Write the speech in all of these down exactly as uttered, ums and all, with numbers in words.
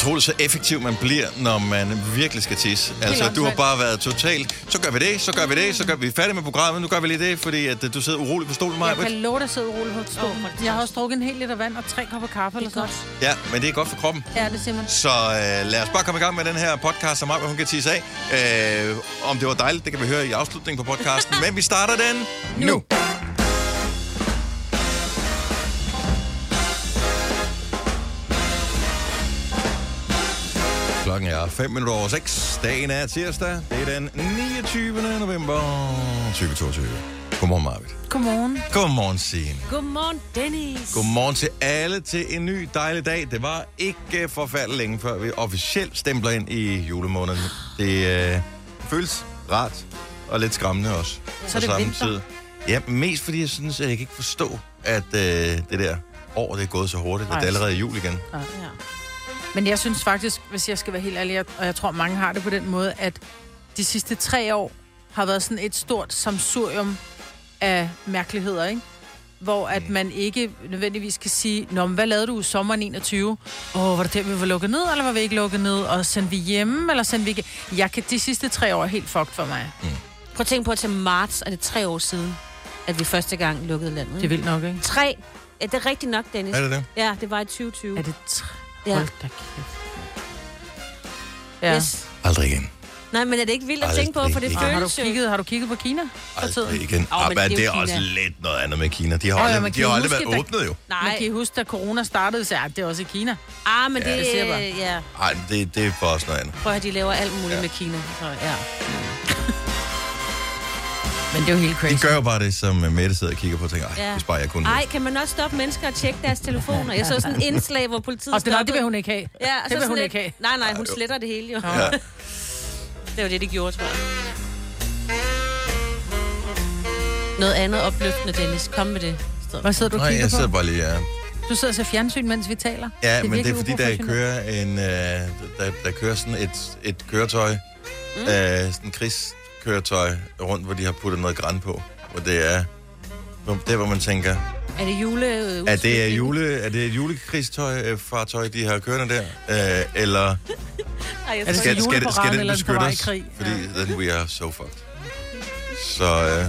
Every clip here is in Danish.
utroligt så effektiv man bliver, når man virkelig skal tisse. Altså, du har bare været totalt, så gør vi det, så gør vi det, så gør vi færdig med programmet, nu gør vi lige det, fordi at du sidder urolig på stolen, Maja. Jeg kan love dig at sidde urolig på stolen. Oh, jeg har også drukket en hel liter vand og tre kopper kaffe eller sådan. Ja, men det er godt for kroppen. Ja, det simpelthen. Så øh, lad os bare komme i gang med den her podcast, som Maja, hun kan tisse af. Øh, om det var dejligt, det kan vi høre i afslutningen på podcasten. Men vi starter den nu. nu. Klokken er fem minutter over seks. Dagen er tirsdag. Det er den niogtyvende november tyve toogtyve. Godmorgen, Marvitt. Godmorgen. Godmorgen, Signe. Godmorgen, Dennis. Godmorgen til alle til en ny dejlig dag. Det var ikke forfærdeligt længe, før vi officielt stempler ind i julemåneden. Det øh, føles rart og lidt skræmmende også. Så er det samme vinter? tid. Ja, mest fordi jeg synes, at jeg kan ikke forstå, at øh, det der år det er gået så hurtigt. Det er allerede jul igen. Ja. Men jeg synes faktisk, hvis jeg skal være helt ærlig, og jeg tror, mange har det på den måde, at de sidste tre år har været sådan et stort samsurium af mærkeligheder, ikke? Hvor at man ikke nødvendigvis kan sige, nå, men hvad lavede du i sommeren enogtyve? Åh, var det der, vi var lukket ned, eller var vi ikke lukket ned? Og sendte vi hjemme, eller sendte vi ikke? Jeg kan, de sidste tre år er helt fucked for mig. Mm. Prøv at tænke på, at til marts er det tre år siden, at vi første gang lukkede landet. Det er vildt nok, ikke? Tre. Er det rigtigt nok, Dennis? Er det det? Ja, det var i tyve tyve. Er det tre? Ja. Hold da kæft. Ja. Yes. Aldrig igen. Nej, men er det ikke vildt at Aldrig tænke på, for det igen. Har du, føles jo... kigget, har du kigget på Kina? Aldrig igen. Åh, Oh, men men det er det jo er Kina. også lidt noget andet med Kina. De har Åh, ja, aldrig, man de kan har aldrig huske, været da- åbnet jo. Nej. Nej. Man kan I huske, da corona startede, så er det også i Kina. Ah, men Ja, det, det siger jeg bare. ja. Nej, det, det er for os noget andet. Prøv at høre, de laver alt muligt Ja. ja. med Kina. Så, ja. Men det er jo helt crazy. De gør jo bare det, som Mette sidder og kigger på og tænker, ej, Ja. hvis bare jeg kunne Ej, det. kan man også stoppe mennesker og tjekke deres telefoner? Jeg så sådan en indslag, hvor politiet Og det, nej, det vil stoppede. hun ikke have. Ja, det vil sådan hun lidt- ikke have. Nej, nej, hun sletter det hele jo. Ja. Det var det, de gjorde, tror jeg. Noget andet opløftende, Dennis. Kom med det. Så. Hvad sidder du og Nej, kigger jeg sidder på? bare lige... Ja. Du sidder og ser fjernsyn, mens vi taler. Ja, men det er virkelig fordi, der uprofessionelt. kører en, øh, der, der kører sådan et, et køretøj, mm. øh, sådan en krigskøretøj rundt, hvor de har puttet noget græn på. Hvor det er, hvor, det hvor man tænker, Er det jule... er det, er jule, er det et julekrigstøj, øh, fartøj, de har kørende der? Øh, eller Ej, jeg Er det tror, så skal, skal, juleparade, det, skal den eller er den på beskytte vej i os? krig? Fordi then we are so fucked. Så øh,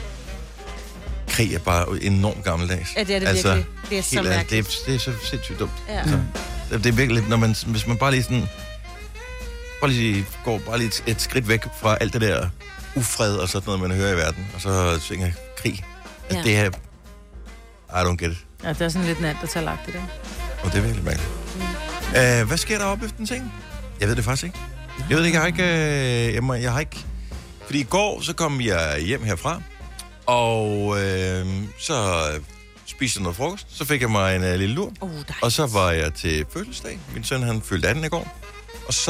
krig er bare enormt gammeldags. Ja, det er det altså, virkelig. Det er så helt ærligt, mærkeligt. det, er, det er så sindssygt dumt. Ja. Altså, det, det er virkelig, når man, hvis man bare lige sådan, bare lige går bare lige et, et skridt væk fra alt det der ufred og sådan noget, man hører i verden, og så tænker krig. Ja. Ja. Det her, I don't get it. Ja, det er sådan lidt neandertalagtigt, ikke? Og det er virkelig mærkeligt. Mm. Uh, hvad sker der op efter den ting? Jeg ved det faktisk ikke. Jeg ved det ikke, jeg har ikke, uh, jeg, må, jeg har ikke, fordi i går, så kom jeg hjem herfra, og uh, så spiste jeg noget frokost, så fik jeg mig en uh, lille lur, Oh, og så var jeg til fødselsdag. Min søn, han fyldte atten i går, og så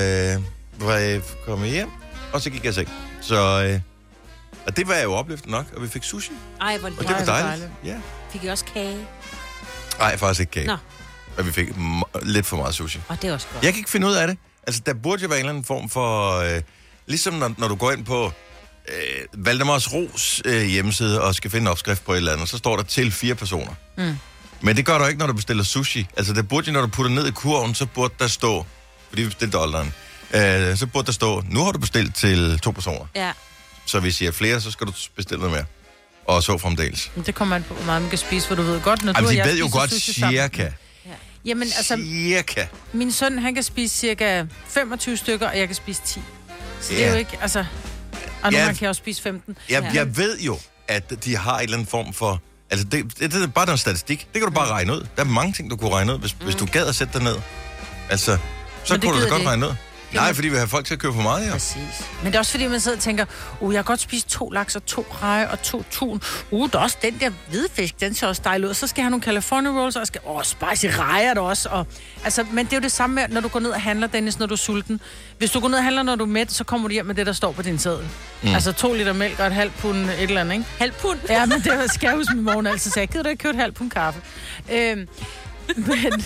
uh, var jeg kommet hjem, og så gik jeg i seng. Så, uh, og det var jo opløftende nok, og vi fik sushi, Ej, hvor og det lækkert. var Ej, hvor dejligt. Ja. Fik I også kage? Nej, faktisk ikke kage. Nå, Og vi fik m- lidt for meget sushi. og det er også godt. Jeg kan ikke finde ud af det. Altså, der burde jo være en eller anden form for... Øh, ligesom når, når du går ind på øh, Valdemars Ros øh, hjemmeside og skal finde en opskrift på et eller andet, så står der til fire personer. Mm. Men det gør du ikke, når du bestiller sushi. Altså, det burde jo, når du putter ned i kurven, så burde der stå... Fordi vi bestilte dollaren. Øh, så burde der stå, nu har du bestilt til to personer. Ja. Så hvis I er flere, så skal du bestille noget mere. Og så fremdeles. Men det kommer an på, hvor meget man kan spise, for du ved godt, når Jamen, du og de jeg ved jo spiser godt sushi sammen. cirka. Jamen, altså, Cirka. min søn, han kan spise cirka femogtyve stykker, og jeg kan spise ti. Så det Ja. er jo ikke, altså... Og nogle Ja. gange kan jeg også spise femten. Jeg, Ja. jeg ved jo, at de har en eller anden form for... Altså, det, det, det er bare noget statistik. Det kan du bare regne ud. Der er mange ting, du kunne regne ud, hvis, mm. hvis du gad at sætte dig ned. Altså, så det kunne du da gider godt de regne ud. Nej, fordi vi har folk til at købe for meget, ja. Præcis. Men det er også fordi, man sidder og tænker, uh, jeg har godt spist to laks og to reje og to tun. Uh, der er også den der hvidfisk, den ser også dejlig ud. Så skal jeg have nogle California rolls, og jeg skal, åh, oh, spicy rejer der også. Og, altså, men det er jo det samme med, når du går ned og handler, Dennis, når du er sulten. Hvis du går ned og handler, når du er mæt, så kommer du hjem med det, der står på din seddel. Mm. Altså to liter mælk og et halvt pund et eller andet, ikke? Halv pund? Ja, men det var skal jeg huske min morgen altid sagde, gider du ikke købe et halvt pund kaffe? Øhm, men...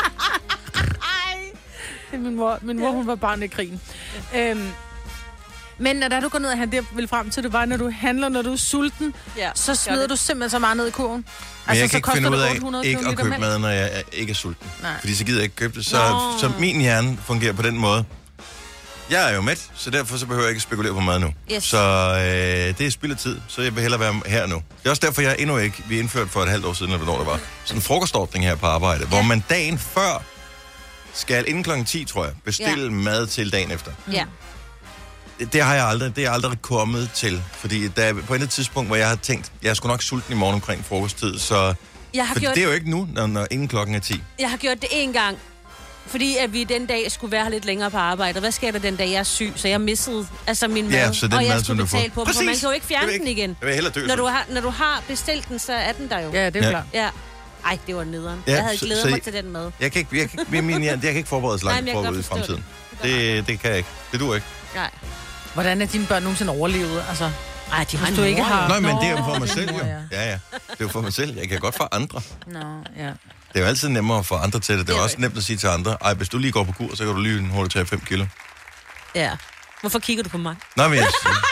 Min mor, min mor, hun var barn i krigen. Øhm, Men når du går ned og handler, det jeg vil frem til, det var, når du handler, når du er sulten, Ja, så smider du simpelthen så meget ned i kurven. Men altså, jeg kan ikke finde ud af ikke at købe mælk. mad, når jeg er- ikke er sulten. Nej. Fordi så gider jeg ikke købe det. Så, Nå. så min hjerne fungerer på den måde. Jeg er jo mæt, så derfor så behøver jeg ikke spekulere på mad nu. Yes. Så øh, det er spild af tid, så jeg vil hellere være her nu. Det er også derfor, jeg endnu ikke, vi indførte for et halvt år siden, eller hvornår det var, sådan en frokostordning her på arbejde, ja. hvor man dagen før skal inden klokken ti, tror jeg, bestille ja. mad til dagen efter. Ja. Det, det har jeg aldrig, det er aldrig kommet til, fordi der er på et tidspunkt, hvor jeg har tænkt, jeg er sgu nok sulten i morgen omkring frokosttid, så Jeg har, for gjort, det er jo ikke nu, når, når inden klokken er ti. jeg har gjort det en gang, fordi at vi den dag skulle være her lidt længere på arbejde. Og hvad sker der den dag, jeg er syg? Så jeg missede altså min mad, Ja, så den og jeg mad, som skulle du får. betale på dem, for man kan jo ikke fjerne Jeg vil den igen. Jeg vil hellere dø. Når du, har, når du har bestilt den, så er den der jo. Ja, det er Ja. klart. Ja. Ej, det var nederen. Ja, Jeg havde så- glædet så mig I- til den mad. Jeg kan ikke, jeg kan, ikke- min, min, jeg, jeg kan ikke forberede så Nej, langt men jeg kan forud i godt forstå fremtiden. det. Det, det kan jeg ikke. Det duer ikke. Nej. Hvordan er dine børn nogensinde overlevet? Altså, Ej, de har hvis en du ikke mor, har... jo. Nej, men Nå, det er jo for mig det er selv, mor, jo. ja. Ja, ja. Det er jo for mig selv. Jeg kan godt for andre. Nå, ja. Det er jo altid nemmere for andre til det. Det er Det er også nemt at sige til andre, ej, hvis du lige går på kur, så kan du lige hurtigt tage fem kilo. Ja. Hvorfor kigger du på mig? Nej, men jeg...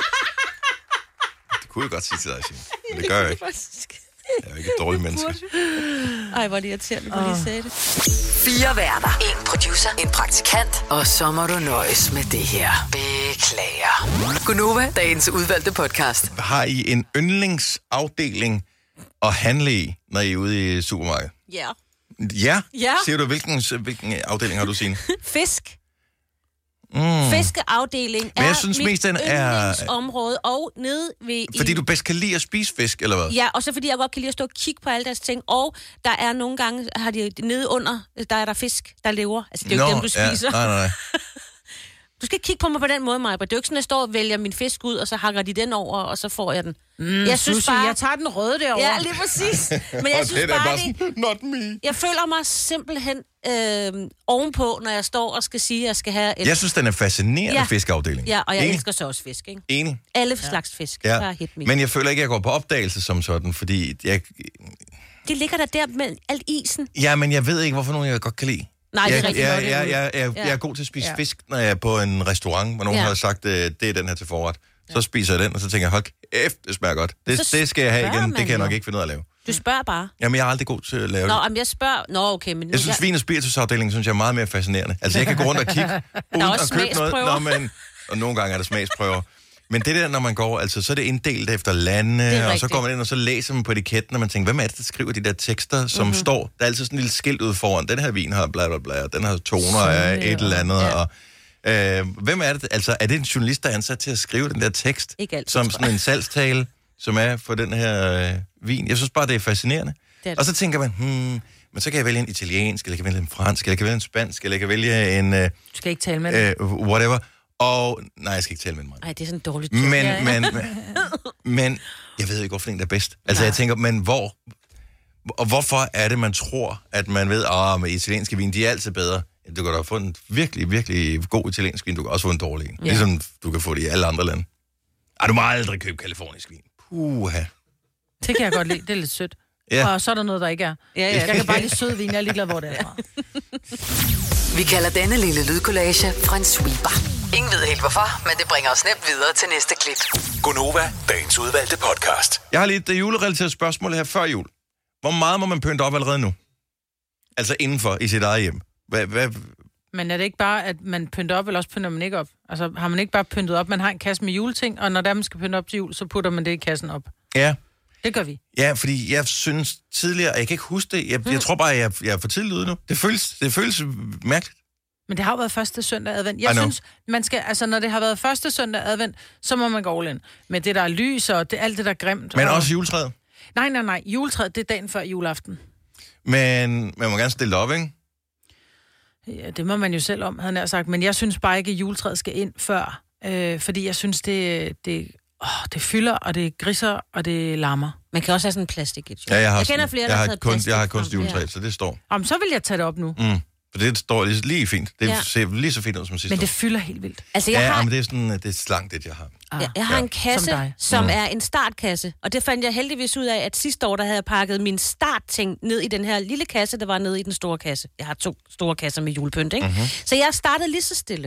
Det kunne jeg godt sige til dig, Signe. Men det gør jeg ikke. Jeg er jo ikke et dårligt menneske. Ej, hvor er det irriterende, at du lige sagde det. Fire værter. En producer. En praktikant. Og så må du nøjes med det her. Beklager. Gunova, dagens udvalgte podcast. Har I en yndlingsafdeling at handle i, når I er ude i supermarkedet? Ja. Ja? Ja. Siger du, hvilken, hvilken afdeling har du, Signe? Fisk. Mm. Fiskeafdeling Men jeg er synes mit mest, den er- yndlingsområde, og nede ved... Fordi i... du bedst kan lide at spise fisk, eller hvad? Ja, og så fordi jeg godt kan lide at stå og kigge på alle deres ting, og der er nogle gange, har de nede under, der er der fisk, der lever. Altså, det er jo ikke dem, du spiser. Ja, nej, nej, nej. Du skal ikke kigge på mig på den måde, Maja. Det er jo ikke sådan, at jeg står og vælger min fisk ud, og så hakker de den over, og så får jeg den. Mm, jeg synes bare... Jeg tager den røde derovre. Ja, lige præcis. Men jeg Og synes det er bare, bare det... sådan, not me. Jeg føler mig simpelthen øh, ovenpå, når jeg står og skal sige, at jeg skal have et... Jeg synes, den er fascinerende, Ja. fiskeafdeling. Ja, og jeg Enig? elsker så også fisk, ikke? Enig. Alle slags fisk. Ja. Bare hit me. Men jeg føler ikke, at jeg går på opdagelse som sådan, fordi jeg... De ligger der der med alt isen. Ja, men jeg ved ikke, hvorfor nogen jeg godt kan lide. Nej, det er jeg, rigtig jeg, godt, det jeg, er jeg, jeg, jeg, Ja. jeg er god til at spise Ja. fisk, når jeg er på en restaurant, hvor nogen Ja. har sagt, øh, det er den her til forret. Så spiser jeg den, og så tænker jeg, hold kæft, det smager godt. Det, Så det skal jeg have spørger igen, man det kan jeg nok jo. ikke finde ud af at lave. Du spørger bare. Jamen, jeg er aldrig god til at lave Nå, det. om jeg spørger... Nå, okay, men nu... Jeg synes, vin- og spiritusafdelingen synes jeg er meget mere fascinerende. Altså, jeg kan gå rundt og kigge, uden også at købe noget. smagsprøver. Nå, men, og nogle gange er der smagsprøver. Men det der, når man går, altså, så er det inddelt efter lande, og så rigtigt. går man ind, og så læser man på etiketten, og man tænker, hvem er det, der skriver de der tekster, som mm-hmm. står? Der er altid sådan en lille skilt ude foran. Den her vin har bla bla bla, og den her toner af et eller andet, Ja. og... Øh, hvem er det? Altså, er det en journalist, der er ansat til at skrive den der tekst? Ikke altid, som tror sådan en salgstale, som er for den her øh, vin. Jeg synes bare, det er fascinerende. Det er det. Og så tænker man, hmm, men så kan jeg vælge en italiensk, eller jeg kan vælge en fransk, eller jeg kan vælge en spansk, eller jeg kan vælge en øh, Du skal ikke tale med dem. øh, whatever. Og nej, jeg skal ikke tale med mig. Ej, det er sådan en dårlig Men, joke. Ja, ja. men, men, men, jeg ved ikke, hvorfor en der er bedst. Altså, Nej. jeg tænker, men hvor... Og hvorfor er det, man tror, at man ved, at med italienske vin, de er altid bedre. Du kan da få en virkelig, virkelig god italiensk vin. Du kan også få en dårlig en. Ja. Ligesom du kan få det i alle andre lande. Ej, du må aldrig købe kalifornisk vin. Puha. Det kan jeg godt lide. Det er lidt sødt. Ja. Og så er der noget, der ikke er. Ja, ja. Jeg kan bare lide sød vin. Jeg er ligeglad, hvor det er fra. Vi kalder denne lille lydkollage en sweeper. Ingen ved helt hvorfor, men det bringer os nemt videre til næste klip. Gunova, dagens udvalgte podcast. Jeg har lige et julerelateret spørgsmål her før jul. Hvor meget må man pynte op allerede nu? Altså indenfor i sit eget hjem. Hvad, hvad, Men er det ikke bare, at man pynter op, eller også pynter man ikke op? Altså, har man ikke bare pyntet op? Man har en kasse med juleting, og når der man skal pynte op til jul, så putter man det i kassen op. ja, Det gør vi. ja, fordi jeg synes tidligere, jeg kan ikke huske det, jeg, jeg tror bare, jeg, jeg er for tidligt ude nu. Det føles, det føles mærkeligt. Men det har jo været første søndag advent. I Jeg know. synes, man skal, altså når det har været første søndag advent, så må man gå all in. Men det der er lys, og det, alt det der er grimt. Men og... også juletræet. Nej, nej, nej. Juletræet, det er dagen før juleaften. Men man må gerne stille det op, ikke? Ja, det må man jo selv om, havde jeg nær sagt. Men jeg synes bare ikke, at juletræet skal ind før. Øh, fordi jeg synes, det, det, åh, det fylder, og det griser, og det larmer. Man kan også have sådan en plastik. Jo. Ja, jeg har, jeg kender sådan- flere, jeg der har har taget kunst, plastik jeg har frem. kunstjuletræ, så det står. Om så vil jeg tage det op nu. Mm. For det står lige, lige fint. Det Ja. ser lige så fint ud som sidste Men det år. fylder helt vildt. Altså, jeg Ja, har, men det er sådan, det er slankt, det jeg har. Ah, jeg, jeg har Ja. en kasse, Som som, dig. som Mm. er en startkasse. Og det fandt jeg heldigvis ud af, at sidste år, der havde jeg pakket min startting ned i den her lille kasse, der var nede i den store kasse. Jeg har to store kasser med julepynt, ikke? Mhm. Mm-hmm. Så jeg startede lige så stille.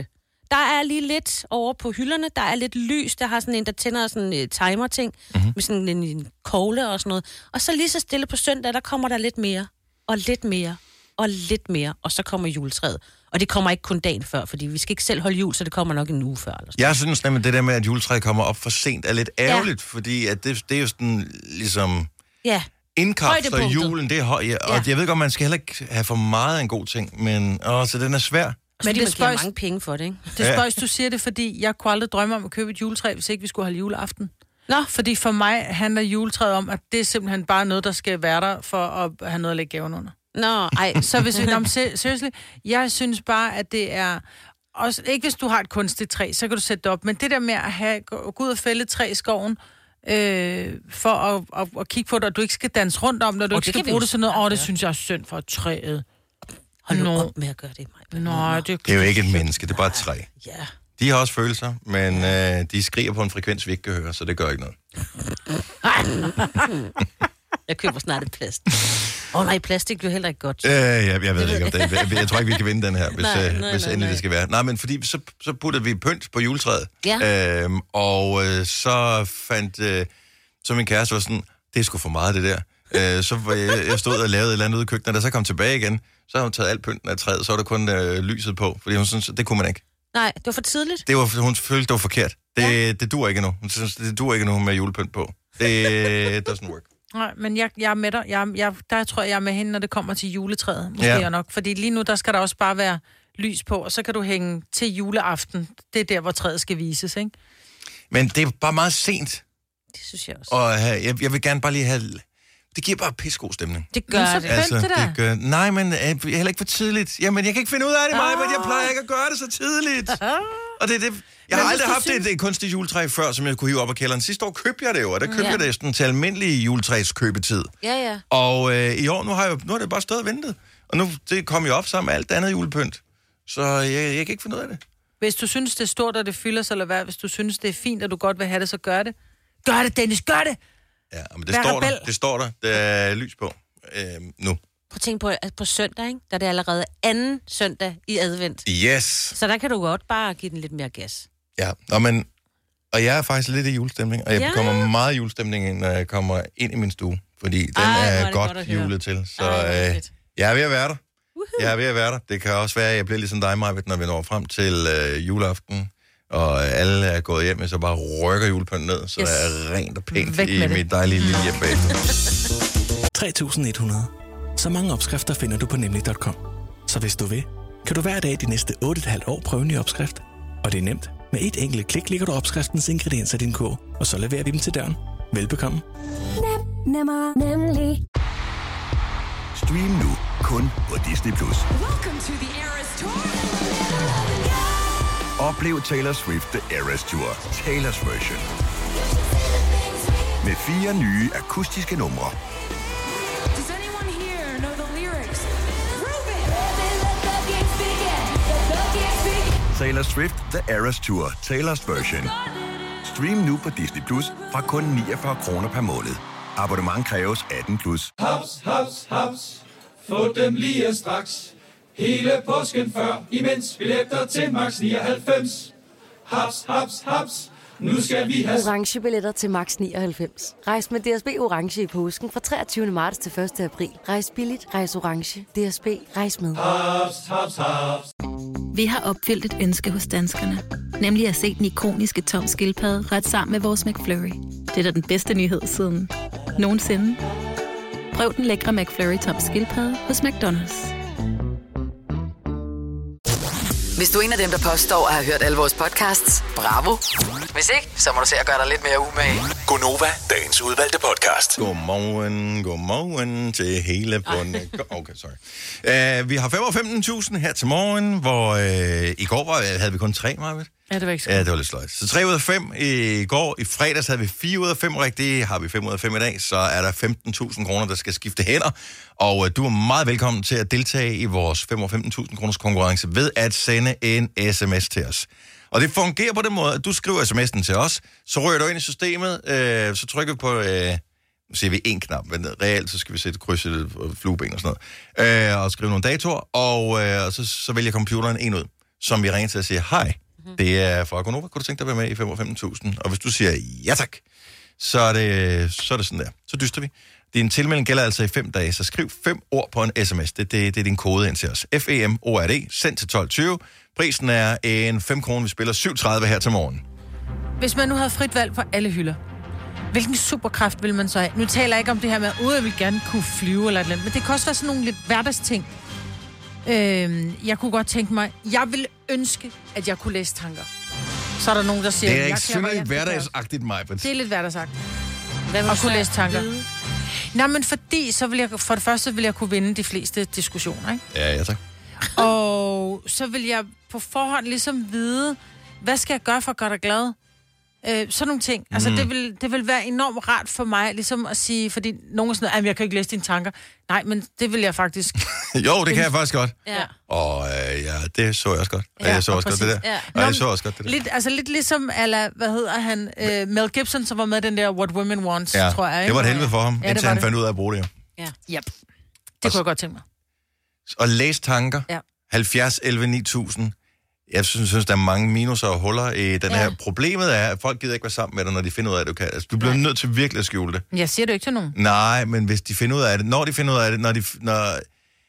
Der er lige lidt over på hylderne, der er lidt lys, der har sådan en, der tænder sådan en uh, timer-ting, mm-hmm. med sådan en, en kogle og sådan noget. Og så lige så stille på søndag, der kommer der lidt mere, og lidt mere, og lidt mere, og så kommer juletræet. Og det kommer ikke kun dagen før, fordi vi skal ikke selv holde jul, så det kommer nok en uge før. Eller sådan. Jeg synes nemlig, det der med, at juletræet kommer op for sent, er lidt ærgerligt, ja. fordi at det, det er jo sådan ligesom... Ja. Indkapsler julen, det er høj, ja, og ja. jeg ved godt, man skal heller ikke have for meget af en god ting, men åh, så den er svær. Men det spøjs mange penge for det, ikke? Det spøjs, du siger det, fordi jeg kunne aldrig drømme om at købe et juletræ, hvis ikke vi skulle holde juleaften. Nå. Fordi for mig handler juletræet om, at det er simpelthen bare noget, der skal være der, for at have noget at lægge gaven under. Nå, ej. Så hvis vi... Nå, seriously, jeg synes bare, at det er... Også, ikke hvis du har et kunstigt træ, så kan du sætte det op, men det der med at have, gå ud og fælde et træ i skoven, Øh, for at, at, at kigge på det, og du ikke skal danse rundt om det, og du oh, ikke skal bruge det sådan noget. Åh, oh, det synes jeg er synd for træet. Hold nu op med at gøre det, Maja. Nå, det, er det er jo ikke et menneske, det er bare et træ. Ja. De har også følelser, men øh, de skriger på en frekvens, vi ikke kan høre, så det gør ikke noget. Jeg køber snart et plastik. Åh oh, nej, plastik bliver heller ikke godt. Øh, jeg, jeg ved ikke, om det jeg, jeg tror ikke, vi kan vinde den her, hvis, nej, nej, hvis nej, endelig nej. det skal være. Nej, men fordi så, så puttede vi pynt på juletræet, ja. øhm, og øh, så fandt... Øh, så min kæreste var sådan, det er sgu for meget, det der. Øh, så var jeg, jeg stod og lavede et eller andet ude i køkkenet, og da så kom tilbage igen, så har hun taget alt pynten af træet, så var der kun øh, lyset på, fordi hun synes, det kunne man ikke. Nej, det var for tidligt. Det var, hun følte, det var forkert. Det, ja. det dur ikke nu. Hun synes, det dur ikke nu med julepynt på. Det doesn't work. Nej, men jeg, jeg er med dig. Jeg, jeg, der tror jeg, jeg er med hende, når det kommer til juletræet. Måske ja. nok. Fordi lige nu, der skal der også bare være lys på, og så kan du hænge til juleaften. Det er der, hvor træet skal vises, ikke? Men det er bare meget sent. Det synes jeg også. Og uh, jeg, jeg vil gerne bare lige have... Det giver bare pissegod stemning. Det gør det. Altså, det, det gør... Nej, men uh, heller ikke for tidligt. Jamen, jeg kan ikke finde ud af det, Maja, men jeg plejer ikke at gøre det så tidligt. Og det er det... Jeg har men aldrig haft synes... et, et kunstigt juletræ før, som jeg kunne hive op af kælderen. Sidste år købte jeg det jo, og der købte ja. jeg det sådan til almindelig juletræskøbetid. Ja, ja. Og øh, i år, nu har, jeg, nu har det bare stået og ventet. Og nu det kom jo op sammen med alt andet julepynt. Så jeg, jeg kan ikke finde ud af det. Hvis du synes, det er stort, og det fylder sig, eller hvad? Hvis du synes, det er fint, og du godt vil have det, så gør det. Gør det, Dennis, gør det! Ja, men det står, der, det står der. Der er lys på øh, nu. Prøv at tænke på, at på søndag, ikke? Der er det allerede anden søndag i advent. Yes. Så der kan du godt bare give den lidt mere gas. Ja, Nå, men, og jeg er faktisk lidt i julestemning, og jeg ja. kommer meget i julestemning, når jeg kommer ind i min stue, fordi den Ej, er godt, godt julet til. Så Ej, øh, jeg er ved at være der. Uh-huh. Jeg er ved at være der. Det kan også være, at jeg bliver ligesom dig, Maja, når vi når frem til øh, juleaften, og alle er gået hjem, og så bare rykker julepynten ned, så yes. der er rent og pænt i mit dejlige lille hjem bagefter. tre tusind et hundrede. Så mange opskrifter finder du på nemlig punktum com. Så hvis du vil, kan du hver dag de næste otte komma fem år prøve en ny opskrift. Og det er nemt. Med et enkelt klik ligger du opskriftens ingredienser i din kog, og så leverer vi dem til døren. Velbekomme. Nem, nemmer, nemlig. Stream nu kun på Disney plus. Oplev Taylor Swift The Eras Tour, Taylor's version. Med fire nye akustiske numre. Taylor Swift The Eras Tour, Taylor's version. Stream nu på Disney plus fra kun niogfyrre kroner per måned. Abonnement kræves atten plus. Haps, haps, haps. Få dem lige straks. Hele påsken før, imens billetter til max nioghalvfems. Haps, haps, haps. Nu skal vi have orange billetter til max nioghalvfems. Rejs med D S B orange i påsken fra treogtyvende marts til første april. Rejs billigt, rejs orange. D S B, rejs med. Haps, haps, haps. Vi har opfyldt et ønske hos danskerne, nemlig at se den ikoniske Tom Skildpadde ret sammen med vores McFlurry. Det er da den bedste nyhed siden nogensinde. Prøv den lækre McFlurry Tom Skildpadde hos McDonald's. Hvis du er en af dem, der påstår at have hørt alle vores podcasts, bravo. Hvis ikke, så må du se at gøre dig lidt mere umage. Gonova, dagens udvalgte podcast. Godmorgen, godmorgen til hele bundet. Okay, sorry. Uh, vi har fem og femten tusind her til morgen, hvor uh, i går var, havde vi kun tre, Marvitt. Ja, det var ikke så. Ja, det var lidt sløjt. Så tre ud af fem i går. I fredags havde vi fire ud af fem rigtige. Har vi fem ud af fem i dag, så er der femten tusind kroner, der skal skifte hænder. Og uh, du er meget velkommen til at deltage i vores fem og femten tusind kroners konkurrence ved at sende en sms til os. Og det fungerer på den måde, at du skriver sms'en til os, så rører du ind i systemet, øh, så trykker vi på, øh, nu siger vi en knap, men reelt så skal vi sætte krydset og flueben og sådan noget, øh, og skrive nogle datoer, og, øh, og så, så vælger computeren en ud, som vi ringer til at sige hej. Mm-hmm. Det er fra Gonova. Kunne du tænke dig at være med i femogfyrre tusind? Og hvis du siger ja tak, så er det, så er det sådan der. Så dyster vi. Din tilmelding gælder altså i fem dage, så skriv fem ord på en sms. Det, det, det er din kode ind til os. F E M O R D, send til tolv tyve. Prisen er en fem kroner, vi spiller syv tredive her til morgen. Hvis man nu havde frit valg på alle hylder, hvilken superkraft vil man så have? Nu taler jeg ikke om det her med, at jeg vil gerne kunne flyve eller et eller andet, men det kan også være sådan nogle lidt hverdagsting. Øh, jeg kunne godt tænke mig, jeg vil ønske, at jeg kunne læse tanker. Så er der nogen, der siger... Det er ikke synderligt hverdagsagtigt, Majbert. Det er lidt hverdagsagtigt. At kunne læse tanker. Vide? Nej, men fordi, så vil jeg, for det første vil jeg kunne vinde de fleste diskussioner, ikke? Ja, ja, tak. Og så vil jeg på forhånd ligesom vide, hvad skal jeg gøre for at gøre dig glad? Øh, sådan nogle ting. Altså, mm. det, vil, det vil være enormt rart for mig, ligesom at sige, fordi nogen er sådan noget, jeg kan ikke læse dine tanker. Nej, men det vil jeg faktisk. Jo, det kan jeg faktisk godt. Ja. Og øh, ja, det så jeg også godt. Ja, jeg så også præcis. godt det der. Ja. Og jeg så også godt det der. Lidt, altså lidt ligesom, ala, hvad hedder han, øh, Mel Gibson, som var med den der What Women Want, ja. tror jeg. Ikke? Det var et helvede for ham, ja, indtil han det. fandt ud af at bruge det. Ja. Yep. Det kunne jeg godt tænke mig. Og læse tanker. Ja. halvfjerds elleve ni tusind. Jeg synes, synes, der er mange minuser og huller i den ja. her. Problemet er, at folk gider ikke være sammen med dig, når de finder ud af, at du kan. Altså, du bliver Nej. nødt til virkelig at skjule det. Jeg siger det ikke til nogen. Nej, men hvis de finder ud af det, når de finder ud af det, når de... Når...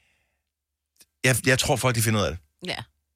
Jeg, jeg tror, folk de finder ud af det. Ja.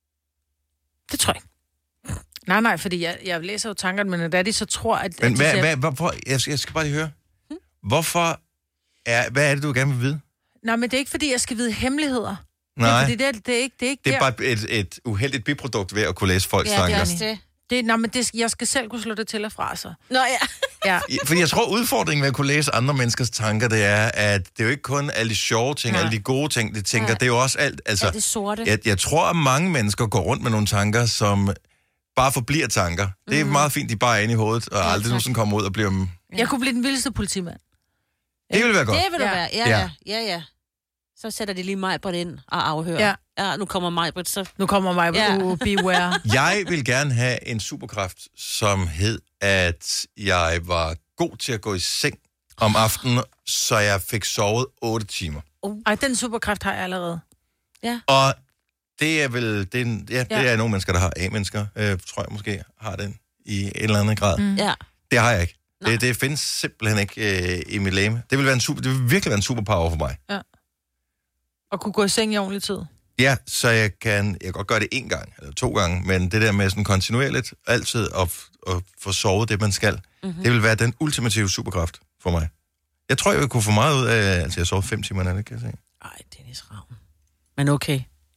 Det tror jeg. Nej, nej, fordi jeg, jeg læser jo tankerne, men når de så tror, at... Men at hvad, siger... hvad, hvorfor... Jeg skal, jeg skal bare lige høre. Hmm? Hvorfor... Er, hvad er det, du gerne vil vide? Nej, men det er ikke, fordi jeg skal vide hemmeligheder. Nej. Det er, det, det er ikke det. Er ikke det er bare et, et uheldigt biprodukt ved at kunne læse folks ja, tanker. Ja, det er det. det nej, men det, jeg skal selv kunne slå det til og fra sig. Nå ja. ja. For jeg tror, udfordringen ved at kunne læse andre menneskers tanker, det er, at det er jo ikke kun alle de sjove ting, Nej. alle de gode ting, de tænker. Nej. Det er jo også alt... Altså, ja, det sorte. Jeg, jeg tror, at mange mennesker går rundt med nogle tanker, som bare forbliver tanker. Det er mm. meget fint, de bare er inde i hovedet, og ja, aldrig nogensinde kommer ud og bliver... Ja. Jeg kunne blive den vildeste politimand. Det ville være godt. Det vil du ja. være, ja, ja, ja, ja. Så sætter de lige Majbert ind og afhører. Ja. Ja, nu kommer Majbert, så... Nu kommer Majbert, ja. uh, beware. Jeg vil gerne have en superkraft, som hed, at jeg var god til at gå i seng om aftenen, så jeg fik sovet otte timer. Uh. Ej, den superkraft har jeg allerede. Ja. Og det er vel... Det er, ja, det ja. er nogle mennesker, der har. A-mennesker, øh, tror jeg måske, har den i en eller anden grad. Mm. Ja. Det har jeg ikke. Det, det findes simpelthen ikke øh, i mit læme. Det vil, være en super, det vil virkelig være en superpower for mig. Ja. Og kunne gå i seng i ordentlig tid. Ja, så jeg kan, jeg kan godt gøre det en gang, eller to gange, men det der med sådan kontinuerligt, altid at, at få sovet det, man skal, mm-hmm. det vil være den ultimative superkraft for mig. Jeg tror, jeg vil kunne få meget ud af, altså jeg sover fem timer, eller kan jeg sige. Ej, Dennis Ravn. Men okay.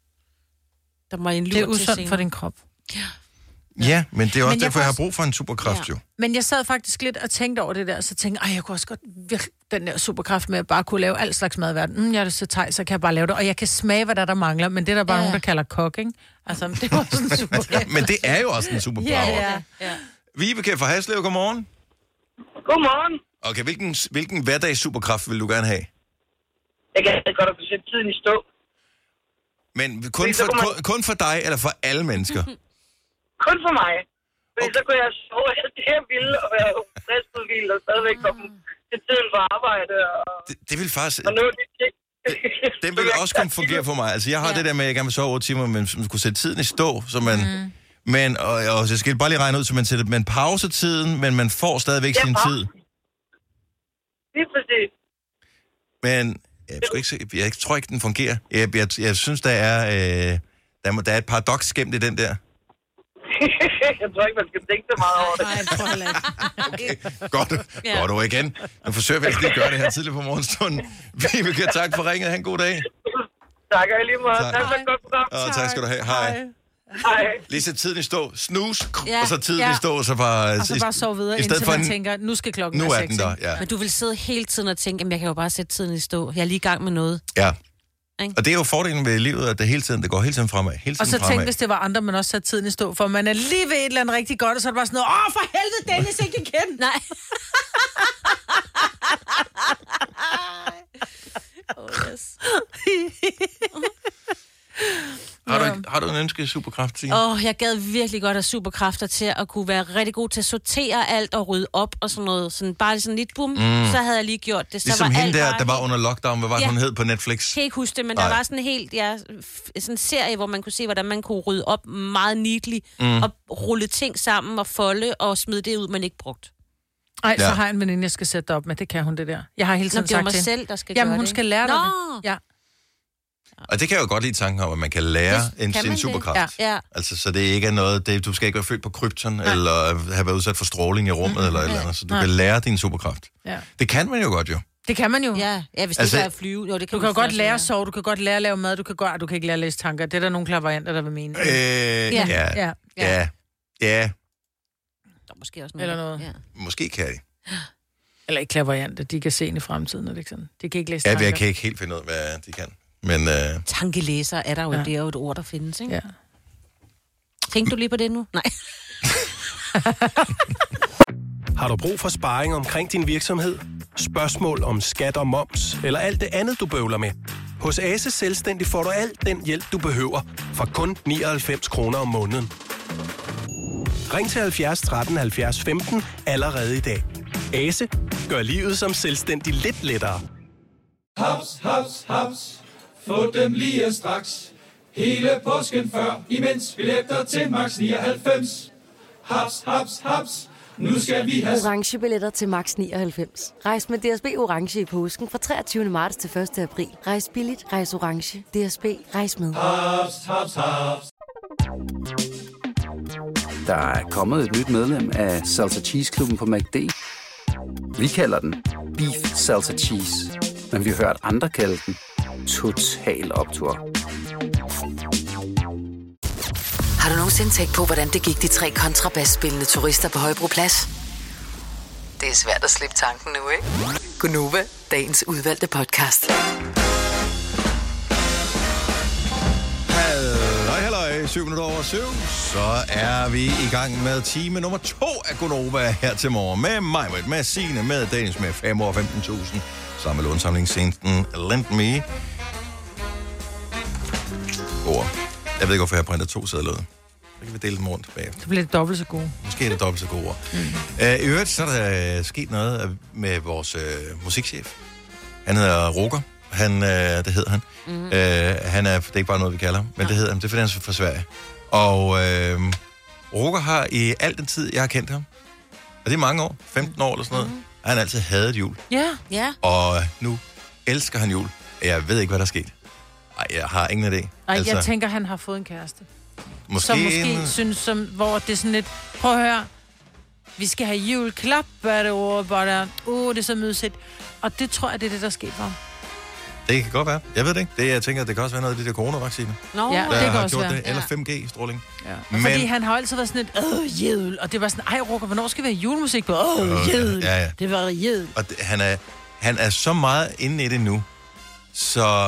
Der må en lur det er usundt for din krop. Ja. Ja, men det er også men derfor, jeg, jeg har brug for en superkraft, ja. jo. Men jeg sad faktisk lidt og tænkte over det der, så tænkte jeg, jeg kunne også godt virkelig den der superkraft med at bare kunne lave alt slags mad i verden. Mm, jeg er så teg, så kan jeg bare lave det. Og jeg kan smage, hvad der, der mangler, men det er der bare ja. nogen, der kalder kok, ikke? Altså, det er også en superkraft. Men det er jo også en superpower. Ja, ja, ja. Vibeke fra Haslev, godmorgen. Godmorgen. Okay, hvilken, hvilken hverdags superkraft vil du gerne have? Jeg kan godt at kunne sætte tiden i stå. Men kun for, kun, kun for dig, eller for alle mennesker? Kun for mig. Fordi okay. så kunne jeg sove alt det her vilde og være stressudvildt og stadigvæk komme til tiden for arbejde. Og, det, det vil faktisk... Og nå de ting. Den vil også kunne fungere for mig. Altså, jeg har ja. det der med, at jeg gerne vil sove otte timer, men man kunne sætte tiden i stå, så man... Mm. Men, og, og så skal jeg bare lige regne ud, så man sætter man pauser tiden, men man får stadigvæk ja, sin tid. Lige præcis. Men jeg, ikke se, jeg tror ikke, den fungerer. Jeg, jeg, jeg synes, der er, øh, der, må, der er et paradoks gemt i den der. Jeg tror ikke, man skal tænke så meget over det. Nej, jeg tror heller ikke. Okay, godt, ja. godt over igen. Nu forsøger vi lige at gøre det her tidligt på morgenstunden. Vibeke, tak for ringet. Ha' en god dag. Tak, og lige måde. Tak, tak for et godt program. Og tak skal du have. Hej. Hej. Lige sæt tiden i stå. Snus, ja. og så tiden ja. i stå, og så bare... Og så bare sove videre, indtil man en... tænker, nu skal klokken nu være er seks. Den der, ja. Men du vil sidde hele tiden og tænke, at jeg kan jo bare sætte tiden i stå. Jeg er lige i gang med noget. Ja. Og det er jo fordelen ved livet, at det hele tiden, det går hele tiden fremad. Hele tiden og så fremad. tænk, hvis det var andre, man også satte tiden i stå, for man er lige ved et eller andet rigtig godt, og så er det bare sådan noget, åh, for helvede, Dennis, ikke igen. Nej. oh, yes. har, du ikke, har Har du en ønske superkraft, Signe? Åh, oh, jeg gad virkelig godt have superkræfter til at kunne være rigtig god til at sortere alt og rydde op og sådan noget. Sådan, bare sådan lidt bum, mm. så havde jeg lige gjort det. Så ligesom var hende der, bare der var under lockdown. Hvad var ja. hun hed på Netflix? Jeg kan ikke huske det, men Nej. der var sådan en helt, ja, sådan en serie, hvor man kunne se, hvordan man kunne rydde op meget neatly mm. og rulle ting sammen og folde og smide det ud, man ikke brugt. Nej, Ja. så har jeg en veninde, jeg skal sætte op med. Det kan hun, det der. Jeg har hele tiden Nå, det er sagt mig til selv, hende. der skal Jamen, gøre hun det. skal lære dig Nå. det. Ja. Og det kan jeg jo godt lide tanken om, at man kan lære Det- en kan sin man det? superkraft. Ja. Ja. Altså, så det ikke er noget, det, du skal ikke være født på krypton, Nej. eller have været udsat for stråling i rummet, mm, eller et eller andet. Så du Nej. kan lære din superkraft. Ja. Det kan man jo godt, jo. Det kan man jo. Ja, ja hvis det Altså- altså, er at flyve. Jo, det kan Du kan jo man godt også lære at sove, du kan godt lære at lave mad, du kan, godt, du kan ikke lære at læse tanker. Det er der nogle klaverjanter, der vil mene. Øh, ja. Ja. Ja. Ja. Ja. Ja. Der er måske også Eller noget. Ja. Måske kan de. Eller ikke klaverjanter, de kan se ind i fremtiden, er det ikke sådan? De kan ikke læse Ja, tanker. jeg kan ikke helt finde ud af, hvad de kan. Men øh, Tankelæser er der jo, Ja. ja. det er jo et ord, der findes, ikke? Ja. Tænkte du lige på det nu? Nej. Har du brug for sparring omkring din virksomhed? Spørgsmål om skat og moms, eller alt det andet, du bøvler med? Hos Ase Selvstændig får du alt den hjælp, du behøver, for kun nioghalvfems kroner om måneden. Ring til halvfjerds tretten halvfjerds femten allerede i dag. Ase gør livet som selvstændig lidt lettere. Haps, haps, haps. Få dem lige straks. Hele påsken før, imens billetter til max nioghalvfems. Haps, haps, haps. Nu skal vi have... Orange billetter til max nioghalvfems. Rejs med D S B Orange i påsken fra treogtyvende marts til første april. Rejs billigt, rejs orange. D S B, rejs med. Haps, haps, haps. Der er kommet et nyt medlem af Salsa Cheese Klubben på McD. Vi kalder den Beef Salsa Cheese, men vi har hørt andre kalde den Total Optur. Har du nogensinde tænkt på, hvordan det gik de tre kontrabasspillende turister på Højbroplads? Det er svært at slippe tanken nu, ikke? Gunova, dagens udvalgte podcast. halløj, halløj, syv minutter over syv. Så er vi i gang med time nummer to af Gonova her til morgen. Med mig, med Signe, med Dennis med fem år femten tusind. Sammen med lånsamlingstjenesten Lend Me. Ord. Jeg ved ikke, hvorfor jeg har printet to sædler ud. Så kan vi dele dem rundt bagefter. Så bliver det dobbelt så gode. Måske er det dobbelt så gode ord. Mm. Uh, I øvrigt, så er der uh, sket noget med vores uh, musikchef. Han hedder Roger. Han, uh, det hedder han. Mm. Uh, han er, det er ikke bare noget, vi kalder ham, men ja. det hedder han. Det er fordi, han er fra Sverige. Og uh, Roger har i al den tid, jeg har kendt ham, og det er mange år, femten år eller sådan noget, mm. har han altid hadet jul. Ja, ja. Og nu elsker han jul. Jeg ved ikke, hvad der er sket. Ej, jeg har ingen idé. Nej, altså, jeg tænker, han har fået en kæreste. Måske Som måske en... synes, som, hvor det er sådan lidt, prøv at høre, vi skal have juleklap, hvad er det ord, bare der, uh, det er så mødsigt. Og det tror jeg, det er det, der er sket for ham. Det kan godt være. Jeg ved det ikke. Det, jeg tænker, det kan også være noget af de der coronavacciner. Nå, ja, der det kan har også gjort være. det. Eller Ja. fem G-stråling. Ja. Men... Fordi han har altid været sådan et, øh, jædel. Og det var sådan, ej, Roger, hvornår skal vi have julemusik på? Åh, Øh, jædel. ja, ja. Det var jædel. Og det, han, er, han er så meget inde i det nu, så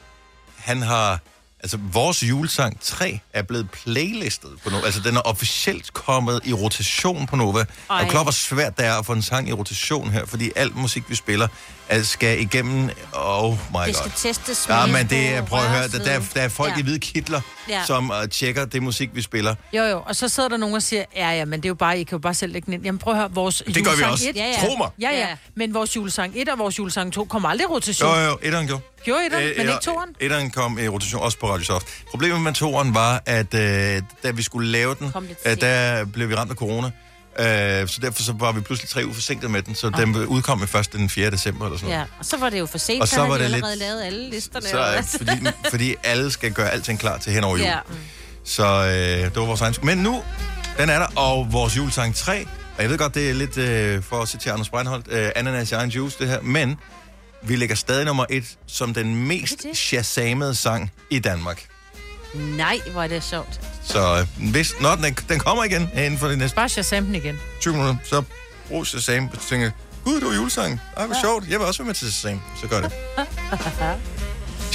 han har... Altså, vores julesang tre er blevet playlistet på Nova. Altså, den er officielt kommet i rotation på Nova. Ej. Og klart, hvor svært det er at få en sang i rotation her, fordi al musik, vi spiller, altså, skal igennem... Oh my god. Det skal testes Ja, med men det er... på Prøv at høre, der, rørsiden. der, er, der er folk Ja. i hvide kitler, Ja. som uh, tjekker det musik, vi spiller. Jo, jo, og så sidder der nogen og siger, ja, ja, men det er jo bare, I kan jo bare selv lægge den ind. Jamen prøv at høre, vores Det gør vi også. et, Ja, ja. Tro mig. Ja, ja, Ja. men vores julesang et og vores julesang to kommer aldrig i rotation. Jo, jo, etteren gjorde. Gjorde etteren, Øh, men øh, ikke toeren? Etteren kom i rotation, også på Radio Soft. Problemet med toeren var, at øh, da vi skulle lave den, Kom lidt øh, sent. der blev vi ramt af corona. Øh, så derfor så var vi pludselig tre uger forsinket med den, så den udkom jo først den fjerde december eller sådan noget. Ja, og så var det jo for sent, Og så, så så var havde de det allerede lidt- lavet alle listerne. Så, øh, fordi, fordi alle skal gøre alting klar til hen over jul. Ja. Så øh, det var vores egen... Men nu, den er der, og vores julesang tre, og jeg ved godt, det er lidt øh, for at citere Anders Breinholt, øh, ananas i egen juice, det her, men vi ligger stadig nummer et som den mest shazamede sang i Danmark. Nej, hvor er det sjovt. Så øh, hvis, når den, den kommer igen inden for de næste Bare Shazam den igen. tyve minutter, så brug Shazam, og tænker, gud, det var julesang. Ej, hvor Ja. sjovt. Jeg vil også være med til Shazam. Så gør det.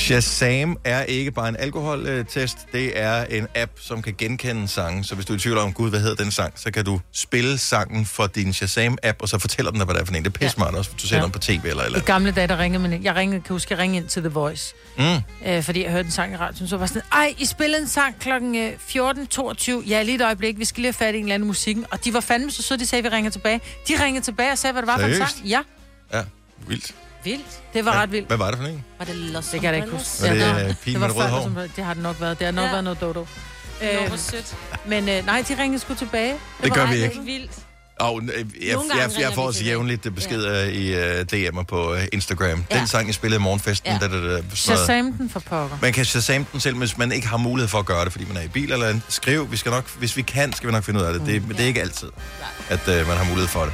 Shazam er ikke bare en alkoholtest, det er en app, som kan genkende sange. Så hvis du er i tvivl om, gud, hvad hedder den sang, så kan du spille sangen for din Shazam-app, og så fortæller den dig, hvad det er for en. Det er pissmart også, hvis du ser ja. den på tv eller eller. I gamle dage, der ringede man. Jeg ringede, kan huske, jeg ringede ind til The Voice. Mm. Øh, fordi jeg hørte en sang i radioen, så var sådan, ej, I spillede en sang klokken fjorten toogtyve. Ja, lige et øjeblik, vi skal lige have fat i en eller anden musikken. Og de var fandme så søde, de sagde, vi ringer tilbage. De ringede tilbage og sagde, hvad det var Seriøst? for en sang. Ja. Ja, vildt. Vildt. Det var hvad, ret vildt. Hvad var det for en? Var det Los Det kan jeg ikke huske. Var det ja, uh, pigen med rød hår? Det har det nok været. Det har nok ja. været noget dodo. Nå, øh, hvor sødt. Men øh, nej, de ringede sgu tilbage. Det, det gør vi ikke. Vildt. Og jeg, jeg, jeg, jeg får også jævnligt beskeder ja. i uh, D M'er på uh, Instagram. Ja. Den sang, jeg spillede i morgenfesten. Ja. Der, der, der, Shazam den for pokker. Man kan Shazam den selv, hvis man ikke har mulighed for at gøre det, fordi man er i bil eller andet. Skriv, vi skal nok, hvis vi kan, skal vi nok finde ud af det. Mm. det men ja. det er ikke altid, at uh, man har mulighed for det.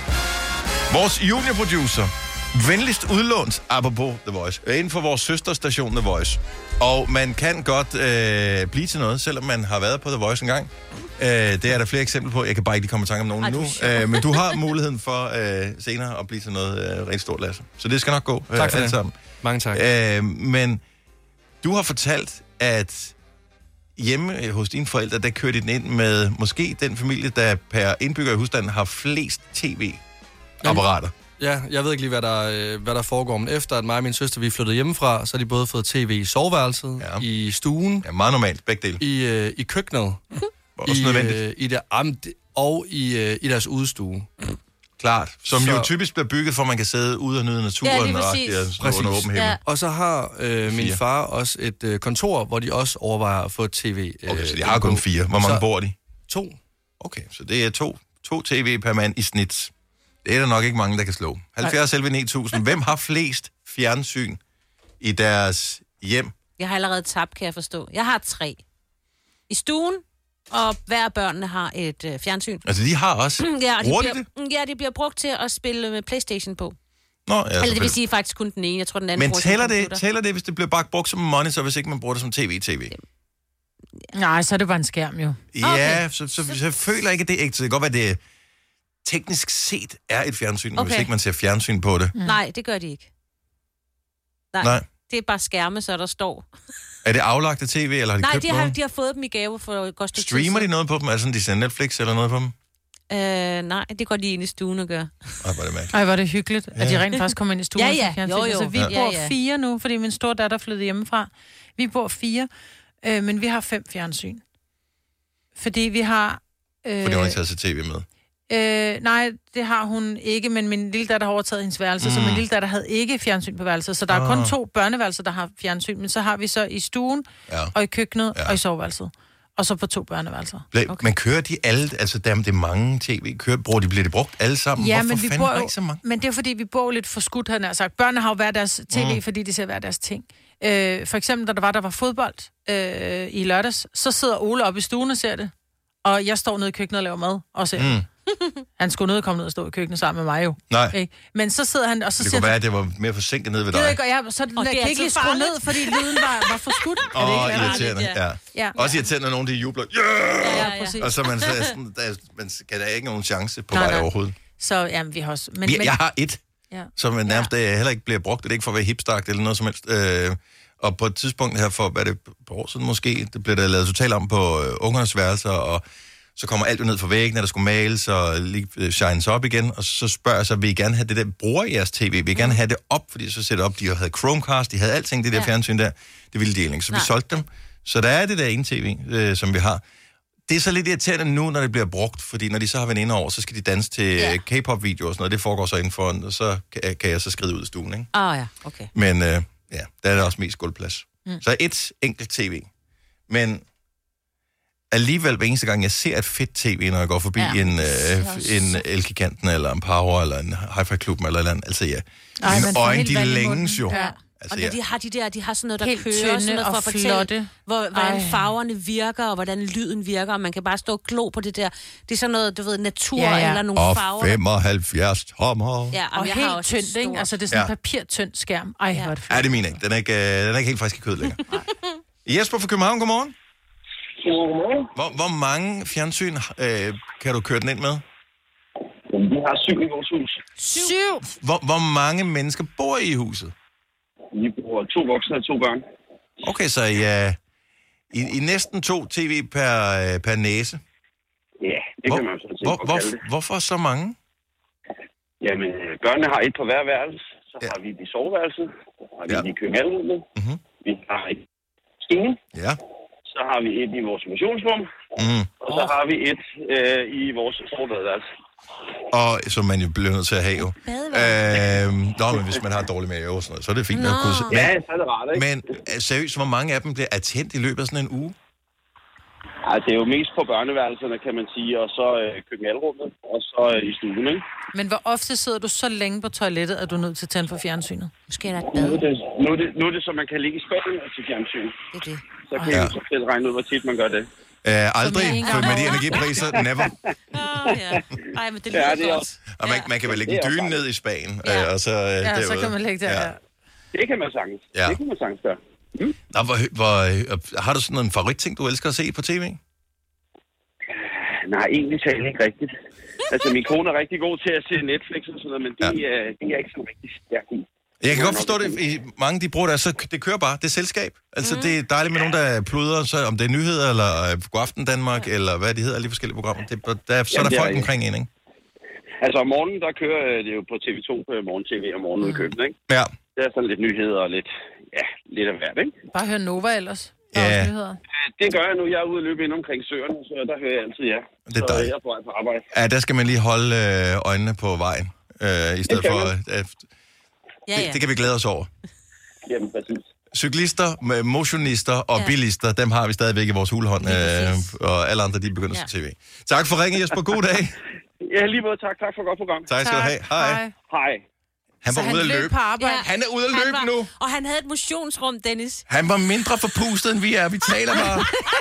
Vores juniorproducer, venligst udlånt, apropos The Voice, inden for vores søsterstation The Voice. Og man kan godt øh, blive til noget, selvom man har været på The Voice en gang. Øh, det er der flere eksempler på. Jeg kan bare ikke komme i tanke om nogen Ej, nu. Øh, men du har muligheden for øh, senere at blive til noget øh, rigtig stort, Lasse. Så det skal nok gå. Øh, tak for det. Sammen. Mange tak. Øh, men du har fortalt, at hjemme hos dine forældre, der kørte den ind med måske den familie, der per indbygger i husstanden har flest tv-apparater. Ja, jeg ved ikke lige, hvad der, hvad der foregår, men efter at mig og min søster, vi er flyttet hjemmefra, så har de både fået tv i soveværelset, ja. i stuen. Ja, meget normalt, begge dele. I, øh, i køkkenet. Også nødvendigt. Øh, i der, og i, øh, i deres udstue. Klart. Som så, jo typisk bliver bygget, for man kan sidde ude og nyde naturen. Ja, og under åben himmel. Ja. Og så har øh, min far også et øh, kontor, hvor de også overvejer at få tv. Øh, okay, så de har kun fire. Hvor mange så, bor de? To. Okay, så det er to, to tv per mand i snit. Det er der nok ikke mange, der kan slå. halvfjerds elleve ni tusind. Hvem har flest fjernsyn i deres hjem? Jeg har allerede tabt, kan jeg forstå. Jeg har tre. I stuen, og hver af børnene har et øh, fjernsyn. Altså, de har også? Ja, de Bruger bliver, de det? Ja, de bliver brugt til at spille med PlayStation på. Nå, ja, Eller det vil sige faktisk kun den ene. Jeg tror, den anden Men tæller det, tæller det, hvis det bliver bare brugt som monitor, hvis ikke man bruger det som tv-tv? Nej, så er det bare en skærm jo. Ja, okay. så, så, så, så jeg føler ikke, at det er ikke. Det kan godt være, det teknisk set er et fjernsyn, okay. hvis ikke man ser fjernsyn på det. Mm. Nej, det gør de ikke. Nej, Nej. Det er bare skærme, så der står. Er det aflagte tv, eller har de Nej, købt de har, nogen? de har fået dem i gave for et godt stykke. Streamer de noget på dem? Altså, de ser Netflix eller noget på dem? Øh, nej, det går de ind i stuen og gør. Ej, hvor er det mærkeligt. Ej, hvor er det hyggeligt, ja. at de rent faktisk kommer ind i stuen. Ja, ja, jo, jo. Så vi ja. bor ja, ja. fire nu, fordi min store datter flyttede hjemmefra. Vi bor fire, øh, men vi har fem fjernsyn. Fordi vi har... Øh, fordi hun ikke tager sig tv med? Øh, nej, det har hun ikke, men min lille datter har overtaget hendes værelse, mm. så min lille datter havde ikke fjernsyn på værelset. Så der er ah. kun to børneværelser, der har fjernsyn, men så har vi så i stuen, ja. og i køkkenet, ja. og i soveværelset. Og så på to børneværelser. Okay. Men kører de alle, altså der er mange tv, kører, bruger de, bliver de brugt alle sammen? Ja, Hvorfor men vi fanden bor har jo, ikke så mange? Men det er fordi, vi bor lidt for skudt, han har sagt. Børnene har jo hver deres tv, mm. fordi de ser hver deres ting. Øh, for eksempel, da der var, der var fodbold øh, i lørdags, så sidder Ole oppe i stuen og ser det. Og jeg står nede i køkkenet og laver mad og ser mm. Han skulle ned og komme ned og stå i køkkenet sammen med mig jo. Nej. Ikke? Men så sidder han, og så det siger kunne være, at det var mere forsinket nede ved dig. Det ikke, og jeg, så og jeg kan ikke lige skrue ned, fordi lyden var, var for skudt. Åh, oh, irriterende, ja. ja. Også irriterende, når nogen de jubler. Yeah! Ja, ja, præcis. Og så man, så sådan, der, man kan der ikke nogen chance på nej, vej nej. overhovedet. Så jamen, vi har også... Men, vi, men, jeg har et, ja. som nærmest ja. heller ikke bliver brugt. Det er ikke for at være hipstagt eller noget som helst. Øh, og på et tidspunkt her for, hvad er det, på år siden måske, det blev der lavet totalt om på øh, ungernes værelser, og så kommer alt jo ned fra væggen, der skulle males og lige shines op igen, og så spørger jeg så, vil I gerne have det der, bruger I jeres tv? Vil I gerne have det op? Fordi så sætter op, de havde Chromecast, de havde alting, det der ja. fjernsyn der, det ville de ikke, så Nej. vi solgte dem. Så der er det der ene tv, øh, som vi har. Det er så lidt irriterende nu, når det bliver brugt, fordi når de så har været inde over, så skal de danse til ja. K-pop-videoer og sådan noget, det foregår så indenfor, og så kan, kan jeg så skride ud af stuen, ikke? Ah ja, okay. Men øh, ja, der er der også mest gulvplads. Mm. Så et enkelt tv. Men alligevel hver eneste gang, jeg ser et fedt tv, når jeg går forbi ja. en, øh, en Elgiganten, eller en Power, eller en Hi-Fi-klubben, eller eller andet. Altså ja, Ej, mine øjne, de længes jo. Ja. Altså, og når de har de der, de har sådan noget, der helt kører, tynde sådan noget for og at fortælle, flotte. Hvor, hvordan farverne virker, og hvordan lyden virker, og man kan bare stå og glo på det der. Det er sådan noget, du ved, natur ja, ja. eller nogle og farver. Og femoghalvfjerds tommer. Ja, og, og jeg helt har også tyndt, ikke? Altså det er sådan en ja. papirtynd skærm. Ej, ja. hvor er det flot. Ja, det er min ikke. Den er ikke, øh, den er ikke helt frisk i kød længere. Jesper fra København, godmorgen. Godmorgen. Hvor, hvor mange fjernsyn øh, kan du køre den ind med? Vi har syv i vores hus. Syv? Hvor, hvor mange mennesker bor I i huset? Vi bor to voksne og to børn. Okay, så ja, i, i næsten to tv per, per næse? Ja, det hvor, kan man sådan set hvor, godt hvor, kalde det. Hvorfor så mange? Jamen, børnene har et på hver værelse. Så ja. har vi de soveværelset. Så har vi ja. de køkkenalrummet. Mm-hmm. Vi har et stuen. Ja. Så har vi et i vores motionsrum. Mm. Og så har vi et øh, i vores soveværelse. Og som man jo bliver nødt til at have jo. Øhm, nå, men hvis man har dårlig mave og sådan noget, så er det fint nok. Men, ja, så er det rart, ikke? Men seriøst, hvor mange af dem bliver attændt i løbet af sådan en uge? Ja, det er jo mest på børneværelserne, kan man sige, og så øh, køkkenalrummet, og så øh, i stuen, ikke? Men hvor ofte sidder du så længe på toilettet, at du er nødt til at tænde for fjernsynet? Måske er der et nu, bad. er det, nu, er det, nu er det så, man kan ligge i spanden og til fjernsyn. Det er det. Så kan ja. I så selv regne ud, hvor tit man gør det. Uh, aldrig, for med de energipriser, never. Oh, ja. Ej, men det lyder ja, det er godt. Og man, man kan vel lægge en dyne ned i spagen, Ja. øh, og så øh, Ja, derude. så kan man lægge det Ja. her. Det kan man sagtens. Ja. Det kan man sagtens gøre. Mm. Nå, hvor, hvor, øh, har du sådan en favoritting, du elsker at se på tv? Nej, egentlig taler ikke rigtigt. Altså, min kone er rigtig god til at se Netflix og sådan noget, men det, ja. øh, det er ikke så rigtig stærkt i. Jeg kan godt forstå det. I mange de bruger det, så det kører bare. Det er selskab. Altså, mm. det er dejligt med nogen, der pludrer, så om det er nyheder, eller uh, Godaften Danmark, ja. eller hvad de hedder, alle de forskellige programmer. Det, der, så Jamen, er der folk er, omkring en, ikke? Altså, om morgenen, der kører det jo på T V to på morgen-tv om morgenen mm. i køben, ikke? Ja. Det er sådan lidt nyheder og lidt, ja, lidt af hvert, ikke? Bare hør Nova ellers. Ja. Det gør jeg nu. Jeg er ude at løbe ind omkring søerne, så der hører jeg altid ja. Det er så dejligt. jeg er på vej på arbejde. Ja, der skal man lige holde øh, øjnene på vejen, øh, i stedet for... Øh, Ja, ja. Det, det kan vi glæde os over. Jamen, præcis. Cyklister, motionister og ja. bilister, dem har vi stadigvæk i vores hulehånd, øh, og alle andre, de begynder ja. til tv. Tak for ringen, Jesper. God dag. Ja, lige måde. Tak. Tak for et godt program. Tak skal du have. Hej. Hej. Han var så ude at han løbe. løb på arbejde. Ja. Han er ude at løbe var, nu. Og han havde et motionsrum, Dennis. Han var mindre forpustet, end vi er. Vi taler bare.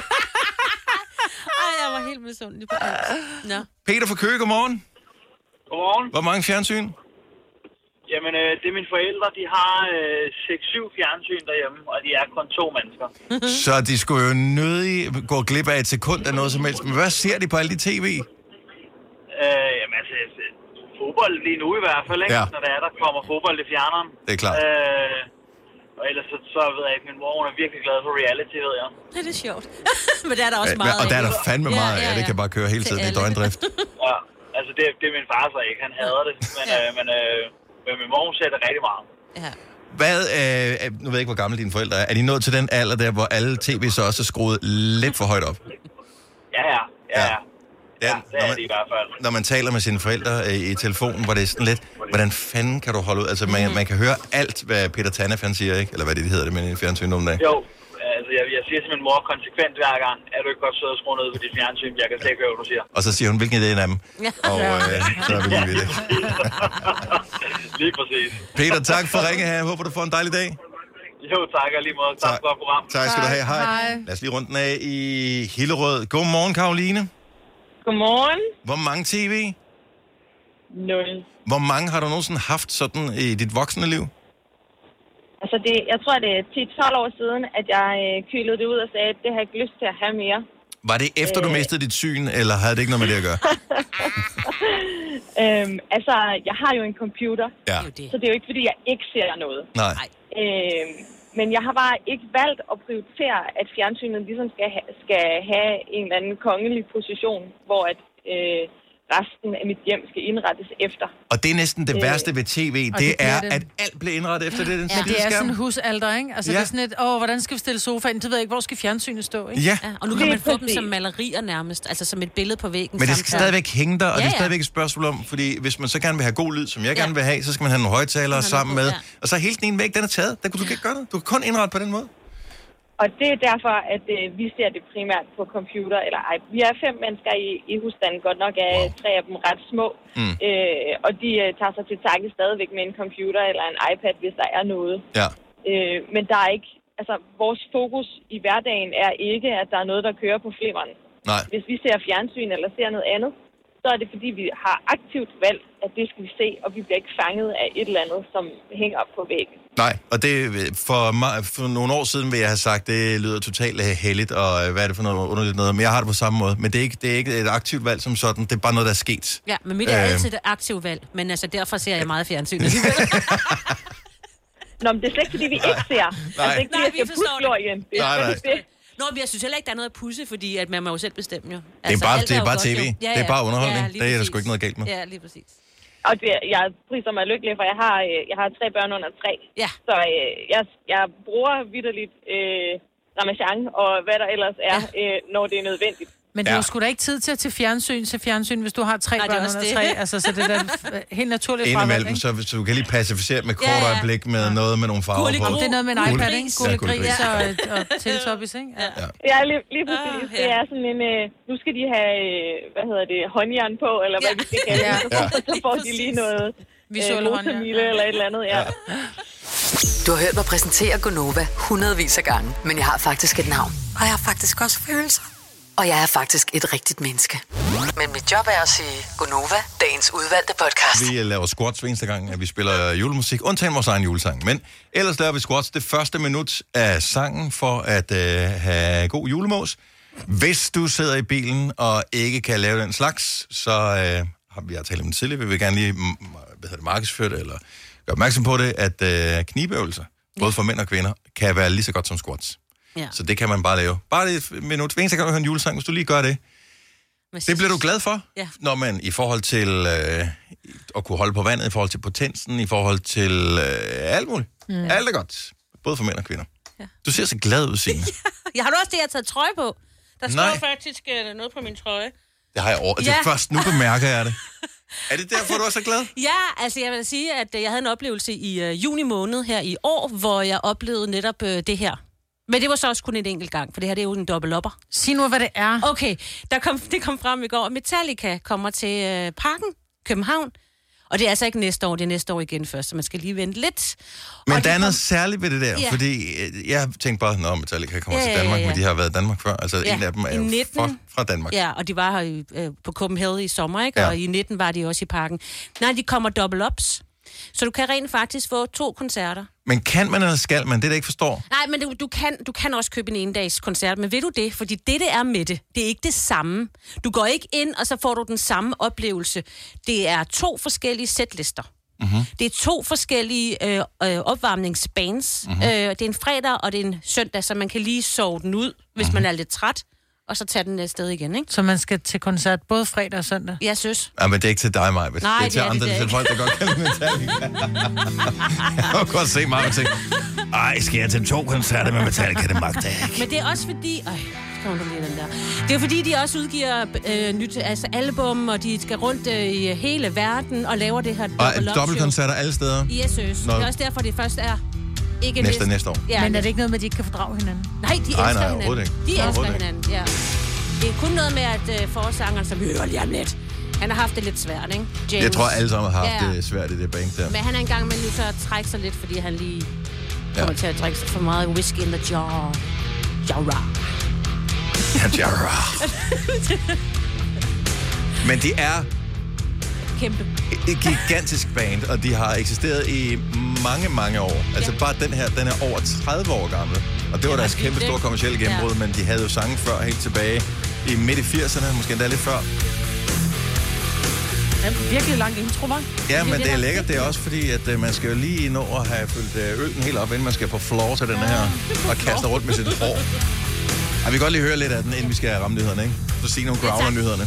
Ej, jeg var helt misundelig på alt. Nå. Peter fra Køge, godmorgen. Godmorgen. Hvor mange fjernsyn? Jamen, øh, det er mine forældre. De har øh, seks syv fjernsyn derhjemme, og de er kun to mennesker. Så de skulle jo nødig gå glip af et sekund af noget som helst. Men hvad ser de på alle de tv? Øh, jamen, altså, fodbold lige nu i hvert fald, ikke? Ja. Når der er, der kommer fodbold i fjerneren. Det er klart. Øh, og ellers så, så ved jeg ikke, min mor hun er virkelig glad for reality, ved jeg. Det er sjovt. Men der er der også meget Og der er der af. fandme meget af. Ja, ja, ja. Det kan bare køre hele tiden i døgndrift. Ja, altså det, det er min far så ikke. Han hader det. Men, ja. øh, men, øh, men min mor hun ser det rigtig meget. Ja. Hvad, øh, nu ved jeg ikke, hvor gamle dine forældre er. Er de nået til den alder der, hvor alle tv så også er skruet lidt for højt op? Ja, ja. Ja, ja. Ja, ja det er man, det i hvert fald. Når man taler med sine forældre øh, i telefonen, hvor det er sådan lidt, hvordan fanden kan du holde ud? Altså, man, man kan høre alt, hvad Peter Tanef han siger, ikke? Eller hvad det, de hedder det med i fjernsyn om dagen. Jo, altså jeg, jeg siger til min mor konsekvent hver gang, er du ikke godt sød at skrue ned på dit fjernsyn? Jeg kan slet ikke høre, hvad du siger. Og så siger hun, hvilken idé er af dem? Ja. Og øh, så er vi lige ved det. Lige præcis. Peter, tak for ringe her. Jeg håber, du får en dejlig dag. Jo, tak og lige måde. Tak for et program. Tak skal du have. Hej. Hej. Lad os lige rundt den af i Hillerød. Godmorgen, Karoline. Godmorgen. Hvor mange tv? Nul. Hvor mange har du nogensinde haft sådan i dit voksne liv? Altså, det, jeg tror, det er ti til tolv år siden, at jeg øh, kylede det ud og sagde, at det har jeg ikke lyst til at have mere. Var det efter, du Øh. mistede dit syn, eller havde det ikke noget med det at gøre? øhm, altså, jeg har jo en computer, Ja. så det er jo ikke, fordi jeg ikke ser noget. Nej. Øhm, men jeg har bare ikke valgt at prioritere, at fjernsynet ligesom skal, ha- skal have en eller anden kongelig position, hvor at, øh, resten af mit hjem skal indrettes efter. Og det er næsten det Øh. værste ved tv, det, det er, bliver det. at alt bliver indrettet efter det, den Ja, det skide er skærm. sådan en husalder, ikke? Altså, Ja. det er sådan et, åh, hvordan skal vi stille sofaen? Det ved jeg ikke, hvor skal fjernsynet stå, ikke? Ja. Ja, og nu kan Lige man få dem præcis. som malerier nærmest, altså som et billede på væggen. Men det skal samtidig. stadigvæk hænge der, og Ja, det er ja. stadigvæk et spørgsmål om, fordi hvis man så gerne vil have god lyd, som jeg gerne vil have, så skal man have nogle højtalere have sammen noget med. på, Og så er hele den ene væg, den er taget. Der kunne du ikke gøre det. Du kan kun indrette på den måde. Og det er derfor, at øh, vi ser det primært på computer eller iPad. Vi er fem mennesker i, i husstanden, godt nok er wow. tre af dem ret små. Mm. Øh, og de øh, tager sig til takke stadigvæk med en computer eller en iPad, hvis der er noget. Ja. Øh, men der er ikke, altså vores fokus i hverdagen er ikke, at der er noget, der kører på flimmeren. Nej. Hvis vi ser fjernsyn eller ser noget andet, så er det fordi, vi har aktivt valgt, at det skal vi se, og vi bliver ikke fanget af et eller andet, som hænger op på væggen. Nej, og det for, mig, for nogle år siden vil jeg have sagt, det lyder totalt heldigt, og øh, hvad er det for noget underligt noget, men jeg har det på samme måde. Men det er ikke, det er ikke et aktivt valg som sådan, det er bare noget, der er sket. Ja, men mit er Øh. altid et aktivt valg, men altså derfor ser jeg meget fjernsyn. Nå, men det er slet ikke, fordi vi ikke ser. Nej. Altså ikke, fordi jeg skal pusse glorien. Det er Nej, nej. det. Nå, men jeg synes heller ikke, der er noget at pusse, fordi at man må jo selv bestemme jo. Altså, Det er bare, alt det er jo bare godt, tv. jo. Ja, Det er bare underholdning. Ja, det er der sgu ikke noget galt med. Ja, lige præcis. Og det, jeg priser mig lykkelig, for jeg har, øh, jeg har tre børn under tre. Ja. Så øh, jeg, jeg bruger vitterligt øh, Ramachan og hvad der ellers er, ja. øh, når det er nødvendigt. Men du Ja. har sgu da ikke tid til at til fjernsyn, til fjernsyn, hvis du har tre Nej, det er børn også under det. tre. Altså, så det er da f- helt naturligt fravalg, Indimellem, ikke? så hvis du kan lige pacificere med kort Ja, ja. øjeblik med noget med nogle farver på. Om det er noget med en Gul- iPad, ikke? Ja, Gule gule gris gris. og, og Teletubbies, ikke? Ja. Ja. Ja, lige, lige præcis. Ah, Det ja. er sådan en, øh, nu skal de have, øh, hvad hedder det, håndjern på, eller hvad Ja. vi skal kalde Ja. det. Så, får- så får de lige noget Visuelle øh, håndjern. motormille eller et eller andet, ja. Du har hørt mig præsentere Gonova hundredvis af gange, men jeg har faktisk et navn. Og jeg har faktisk også følelser. Og jeg er faktisk et rigtigt menneske. Men mit job er at sige Gonova, dagens udvalgte podcast. Vi laver squats hver eneste gang, at vi spiller julemusik, undtagen vores egen julesang. Men ellers laver vi squats det første minut af sangen for at øh, have god julemås. Hvis du sidder i bilen og ikke kan lave den slags, så øh, har vi talt om det tidligere. Vi vil gerne lige mm, hvad hedder det, markedsføre det, eller gøre opmærksom på det, at øh, knibeøvelser, både for mænd og kvinder, kan være lige så godt som squats. Ja. Så det kan man bare lave. Bare et minut. Hver eneste gang du hører en julesang, hvis du lige gør det. Det bliver du glad for, Ja. når man i forhold til øh, at kunne holde på vandet, i forhold til potensen, i forhold til øh, alt muligt. Mm. Alt er godt. Både for mænd og kvinder. Ja. Du ser så glad ud, Signe. Jeg har du også det, jeg har taget trøje på? Der står Nej. faktisk uh, noget på min trøje. Det har jeg over. Det Ja. er først nu bemærker jeg det. Er det derfor, du er så glad? Ja, altså jeg vil sige, at øh, jeg havde en oplevelse i uh, juni måned her i år, hvor jeg oplevede netop uh, det her. Men det var så også kun en enkelt gang, for det her det er jo en dobbeltopper. Sig nu, hvad det er. Okay, der kom, det kom frem i går. Metallica kommer til øh, Parken, København. Og det er altså ikke næste år, det er næste år igen først, så man skal lige vente lidt. Men og der de er noget kom... særligt ved det der, Ja. fordi øh, jeg tænkte bare, at Metallica kommer Ja, til ja, Danmark, ja, ja. men de har været i Danmark før. Altså Ja, en af dem er i jo nitten fra, fra Danmark. Ja, og de var her i, øh, på Copenhagen i sommer, ikke? Ja. Og i nitten var de også i Parken. Nej, de kommer double-ups. Så du kan rent faktisk få to koncerter. Men kan man eller skal man? Det er det, jeg ikke forstår. Nej, men du, du, kan, du kan også købe en endags koncert, men ved du det? Fordi det, det er med det, det er ikke det samme. Du går ikke ind, og så får du den samme oplevelse. Det er to forskellige sætlister. Mm-hmm. Det er to forskellige øh, øh, opvarmningsbands. Mhm. Øh, det er en fredag, og det er en søndag, så man kan lige sove den ud, hvis Mhm. man er lidt træt, og så tage den et sted igen, ikke? Så man skal til koncert både fredag og søndag? Jeg synes. Ja, men det er ikke til dig, Maja. Det Nej, er til det er andre, det det er ikke. folk, der godt kan lide Metallica. Jeg kan godt se Maja og tænke, ej, skal jeg til to koncerter med Metallica? Det magter jeg ikke. Men det er også fordi... Øj, kommer du lige den der. Det er fordi, de også udgiver øh, nyt altså album, og de skal rundt øh, i hele verden og laver det her Og double-up show. dobbeltkoncerter alle steder? Yes, yes. Nå. Det er også derfor, det først er ikke Næste- næste år. Ja, Men er det ikke noget med, at de ikke kan fordrage hinanden? Nej, de elsker Nej, nej, hinanden. overhovedet ikke. De elsker Overhovedet ikke. hinanden, ja. Det er kun noget med, at øh, forsangeren, som vi hører lige om lidt, han har haft det lidt svært, ikke? James. Jeg tror, alle sammen har haft Ja. det svært i det band der. Men han er engang med nu så at trække sig lidt, fordi han lige kommer Ja. til at drikke sig for meget whisky in the jar. Jar. Jara. Men de er Kæmpe. et gigantisk band, og de har eksisteret i mange, mange år. Altså bare den her, den er over tredive år gammel. Og det var deres vildt, kæmpe store ikke? kommercielle gennembrud, men de havde jo sange før, helt tilbage i midt i firserne, måske endda lidt før. Det er en virkelig lang intro, hva'? Ja, men det er lækkert. Det er også fordi, at uh, man skal jo lige nå at have fyldt uh, øllen helt op, inden man skal på floor til den her, og kaste rundt med sit hår. Ej, vi kan godt lige høre lidt af den, inden vi skal ramme nyhederne, ikke? Så sige nogle growler nyhederne.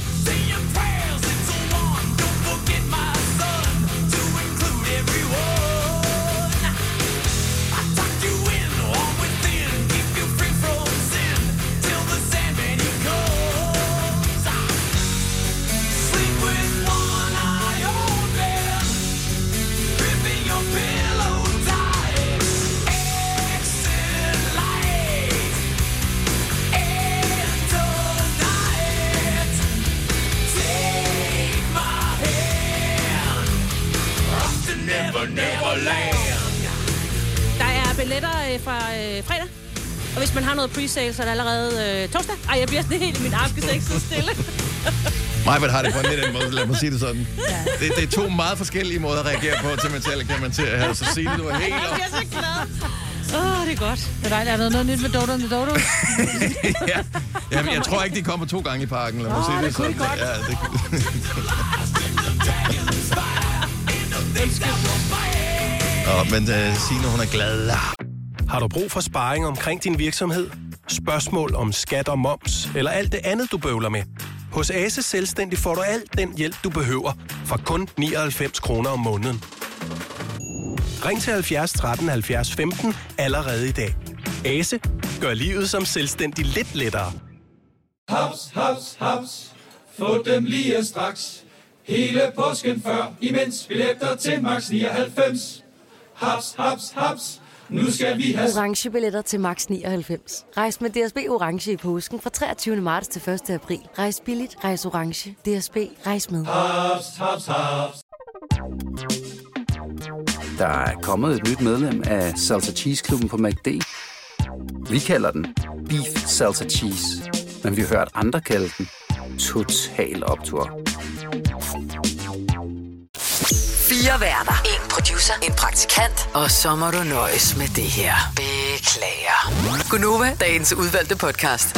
Der er billetter øh, fra øh, fredag. Og hvis man har noget pre-sale, så er det allerede øh, torsdag. Ej, jeg bliver sådan helt i min arm, skal ikke så stille. Majbert har det på en lidt anden måde, lad mig sige det sådan. Det, det er to meget forskellige måder at reagere på til Metallica, man til her. Så sige det, du er helt Jeg op. bliver så glad. Åh, oh, det er godt. Det er dejligt. Er der noget nyt med Dodo med Dodo? ja. Jamen, jeg tror ikke, de kommer to gange i parken, lad mig Åh, sige det, det kunne sådan. de godt. Ja, det... Nå, men uh, Signe, hun er glad. Har du brug for sparring omkring din virksomhed? Spørgsmål om skat og moms, eller alt det andet, du bøvler med? Hos Ase Selvstændig får du alt den hjælp, du behøver, for kun nioghalvfems kroner om måneden. Ring til halvfjerds tretten halvfjerds femten allerede i dag. Ase gør livet som selvstændig lidt lettere. Haps, haps, haps. Få dem lige straks. Hele påsken før, imens billetter til max nioghalvfems. Haps, haps, haps. Nu skal vi have Orange billetter til max nioghalvfems. Rejs med D S B Orange i påsken fra treogtyvende marts til første april. Rejs billigt, rejs orange. D S B, rejs med. haps, haps, haps. Der er kommet et nyt medlem af Salsa Cheese Klubben på McD. Vi kalder den Beef Salsa Cheese, men vi har hørt andre kalde den Total Optur. Fire værter. En producer. En praktikant. Og så må du nøjes med det her. Beklager. Gunova, dagens udvalgte podcast.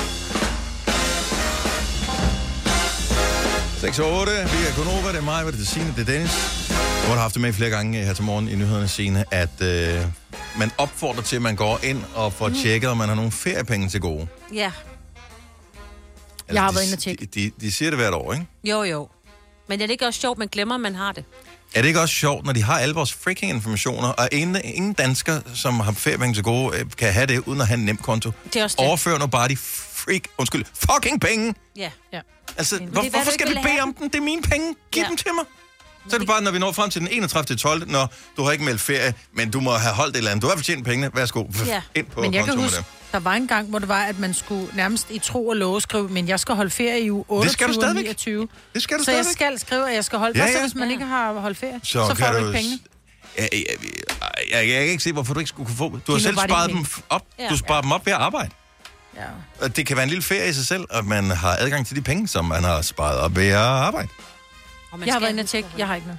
seks otte, vi er Gunova, det er mig, det er Signe, det er Dennis. Jeg har haft det med flere gange her til morgen i nyhederne, Signe, at øh, man opfordrer til, at man går ind og får tjekket, om man har nogle feriepenge til gode. Ja. Altså, Jeg har de, været inde og tjekke. De, de, de siger det hvert år, ikke? Jo, jo. Men det er ikke også sjovt, man glemmer, at man har det. Er det ikke også sjovt, når de har alle vores freaking informationer, og ingen, ingen dansker, som har feriepenge til gode, kan have det, uden at have en nem konto? Det er også det. Overfør nu bare de freak, undskyld, fucking penge! Ja. ja. Altså, det er, hvor, hvad hvorfor du skal ikke vi vil bede have. om dem? Det er mine penge. Giv Ja. dem til mig. Så er det bare, når vi når frem til den enogtredivte tolvte Når du har ikke meldt ferie, men du må have holdt et eller andet. Du har fortjent pengene. Værsgo. Ja. Ind på Men jeg kan kontoen med huske, dem. der var en gang, hvor det var, at man skulle nærmest i tro og love skrive, men jeg skal holde ferie i uge Det skal du otteogtyve og stadigvæk. niogtyve. Det skal du Så jeg stadigvæk. skal skrive, at jeg skal holde. Ja, Ja, ja. ja. Hvis man ikke har holdt ferie, så, Så så får kan du du- ikke penge. Jeg, jeg, jeg, jeg, jeg kan ikke se, hvorfor du ikke skulle kunne få dem. Du har Giv selv mig bare sparet dine dem penge. op. Ja. Du sparer dem op ved at arbejde. Ja. Og det kan være en lille ferie i sig selv, at man har adgang til de penge, som man har sparet op ved at arbejde. Jeg har været inde og tjekke. Jeg har ikke noget.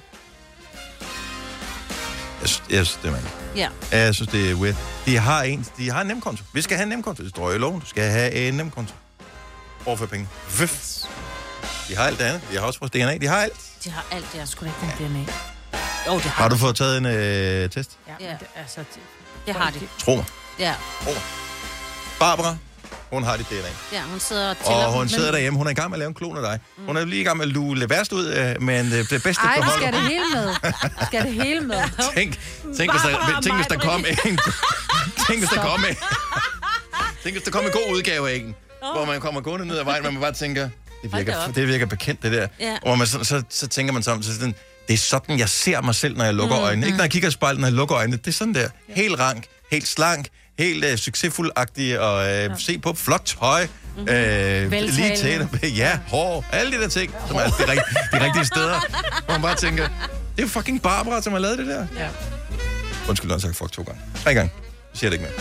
Jeg synes, jeg synes det er mærkeligt. Ja. Ja, jeg synes, det er weird. De har en, de har en nemkonto. Vi skal have en nemkonto. Det står i loven. Du skal have en nemkonto. Overfør penge. Vøf. De har alt det andet. De har også vores D N A. De har alt. De har alt, jeg Skulle ikke den D N A. Jo, det har Har du fået taget en øh, test? Ja, Ja. men det, altså, det, Det har de. Tro mig. Ja. Barbara, hun har dit D N A. Ja, hun sidder og tæller. Og hun dem. sidder derhjemme. Hun er i gang med at lave en klon af dig. Hun er lige i gang med at lule værst ud, øh, men øh, det bedste ej, beholder. skal det hele med? Skal det hele med? Tænk, tænk, hvis der, tænk, hvis der kom en... Tænk, hvis der kom en... Tænk, hvis der kom en god udgave af en, hvor man kommer gående ned ad vejen, og man bare tænker, det virker, Hold da op. det virker bekendt, det der. Ja. Og hvor man så, så, så tænker man sammen, så sådan, det er sådan, jeg ser mig selv, når jeg lukker Mm, øjnene. Ikke mm. når jeg kigger i spejlet, når jeg lukker øjnene. Det er sådan der. Helt rank, helt slank, helt øh, succesfuld-agtig, og øh, ja. se på flot tøj. Mhm. Øh, lige til Veltalende. det. Ja, hår. Alle de der ting, som er de, rigt, de rigtige steder. Hvor man bare tænker, det er jo fucking Barbara, som har lavet det der. Ja. Undskyld, jeg har sagt fuck to gange. Tre gange. Jeg siger det ikke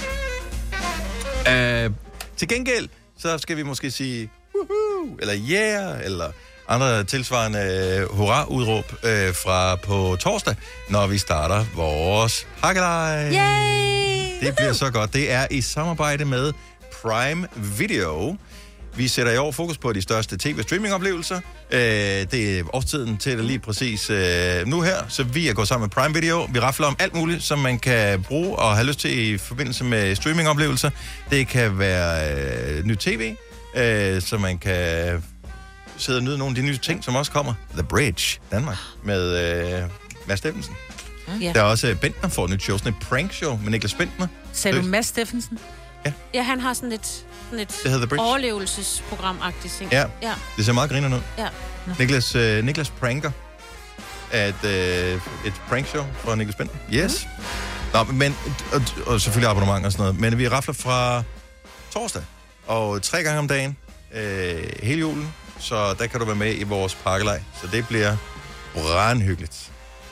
mere. Uh, til gengæld, så skal vi måske sige woohoo, eller yeah, eller andre tilsvarende uh, hurra-udråb uh, fra på torsdag, når vi starter vores hakkelej. Yay! Det bliver så godt. Det er i samarbejde med Prime Video. Vi sætter i år fokus på de største tv-streaming-oplevelser. Øh, det er årstiden til det lige præcis øh, nu her, så vi er gået sammen med Prime Video. Vi rafler om alt muligt, som man kan bruge og have lyst til i forbindelse med streaming-oplevelser. Det kan være øh, nyt tv, øh, så man kan sidde og nyde nogle af de nye ting, som også kommer. The Bridge, Danmark, med øh, Mads Steffensen. Ja. Der er også øh, Bentner får et nyt show, sådan et prank-show med Niklas Bentner. Sagde du Det- Mads Steffensen? Ja, han har sådan et, sådan et Det hedder The Bridge. overlevelsesprogram-agtigt ting. Ja. Ja. Det ser meget grinerende ud. Ja. Niklas, øh, Niklas Pranker er et, øh, et prankshow fra Niklas Bentner. Yes. Mm. Nå, men, og, og selvfølgelig abonnement og sådan noget. Men vi rafler fra torsdag, og tre gange om dagen, øh, hele julen. Så der kan du være med i vores pakkelej. Så det bliver brandhyggeligt.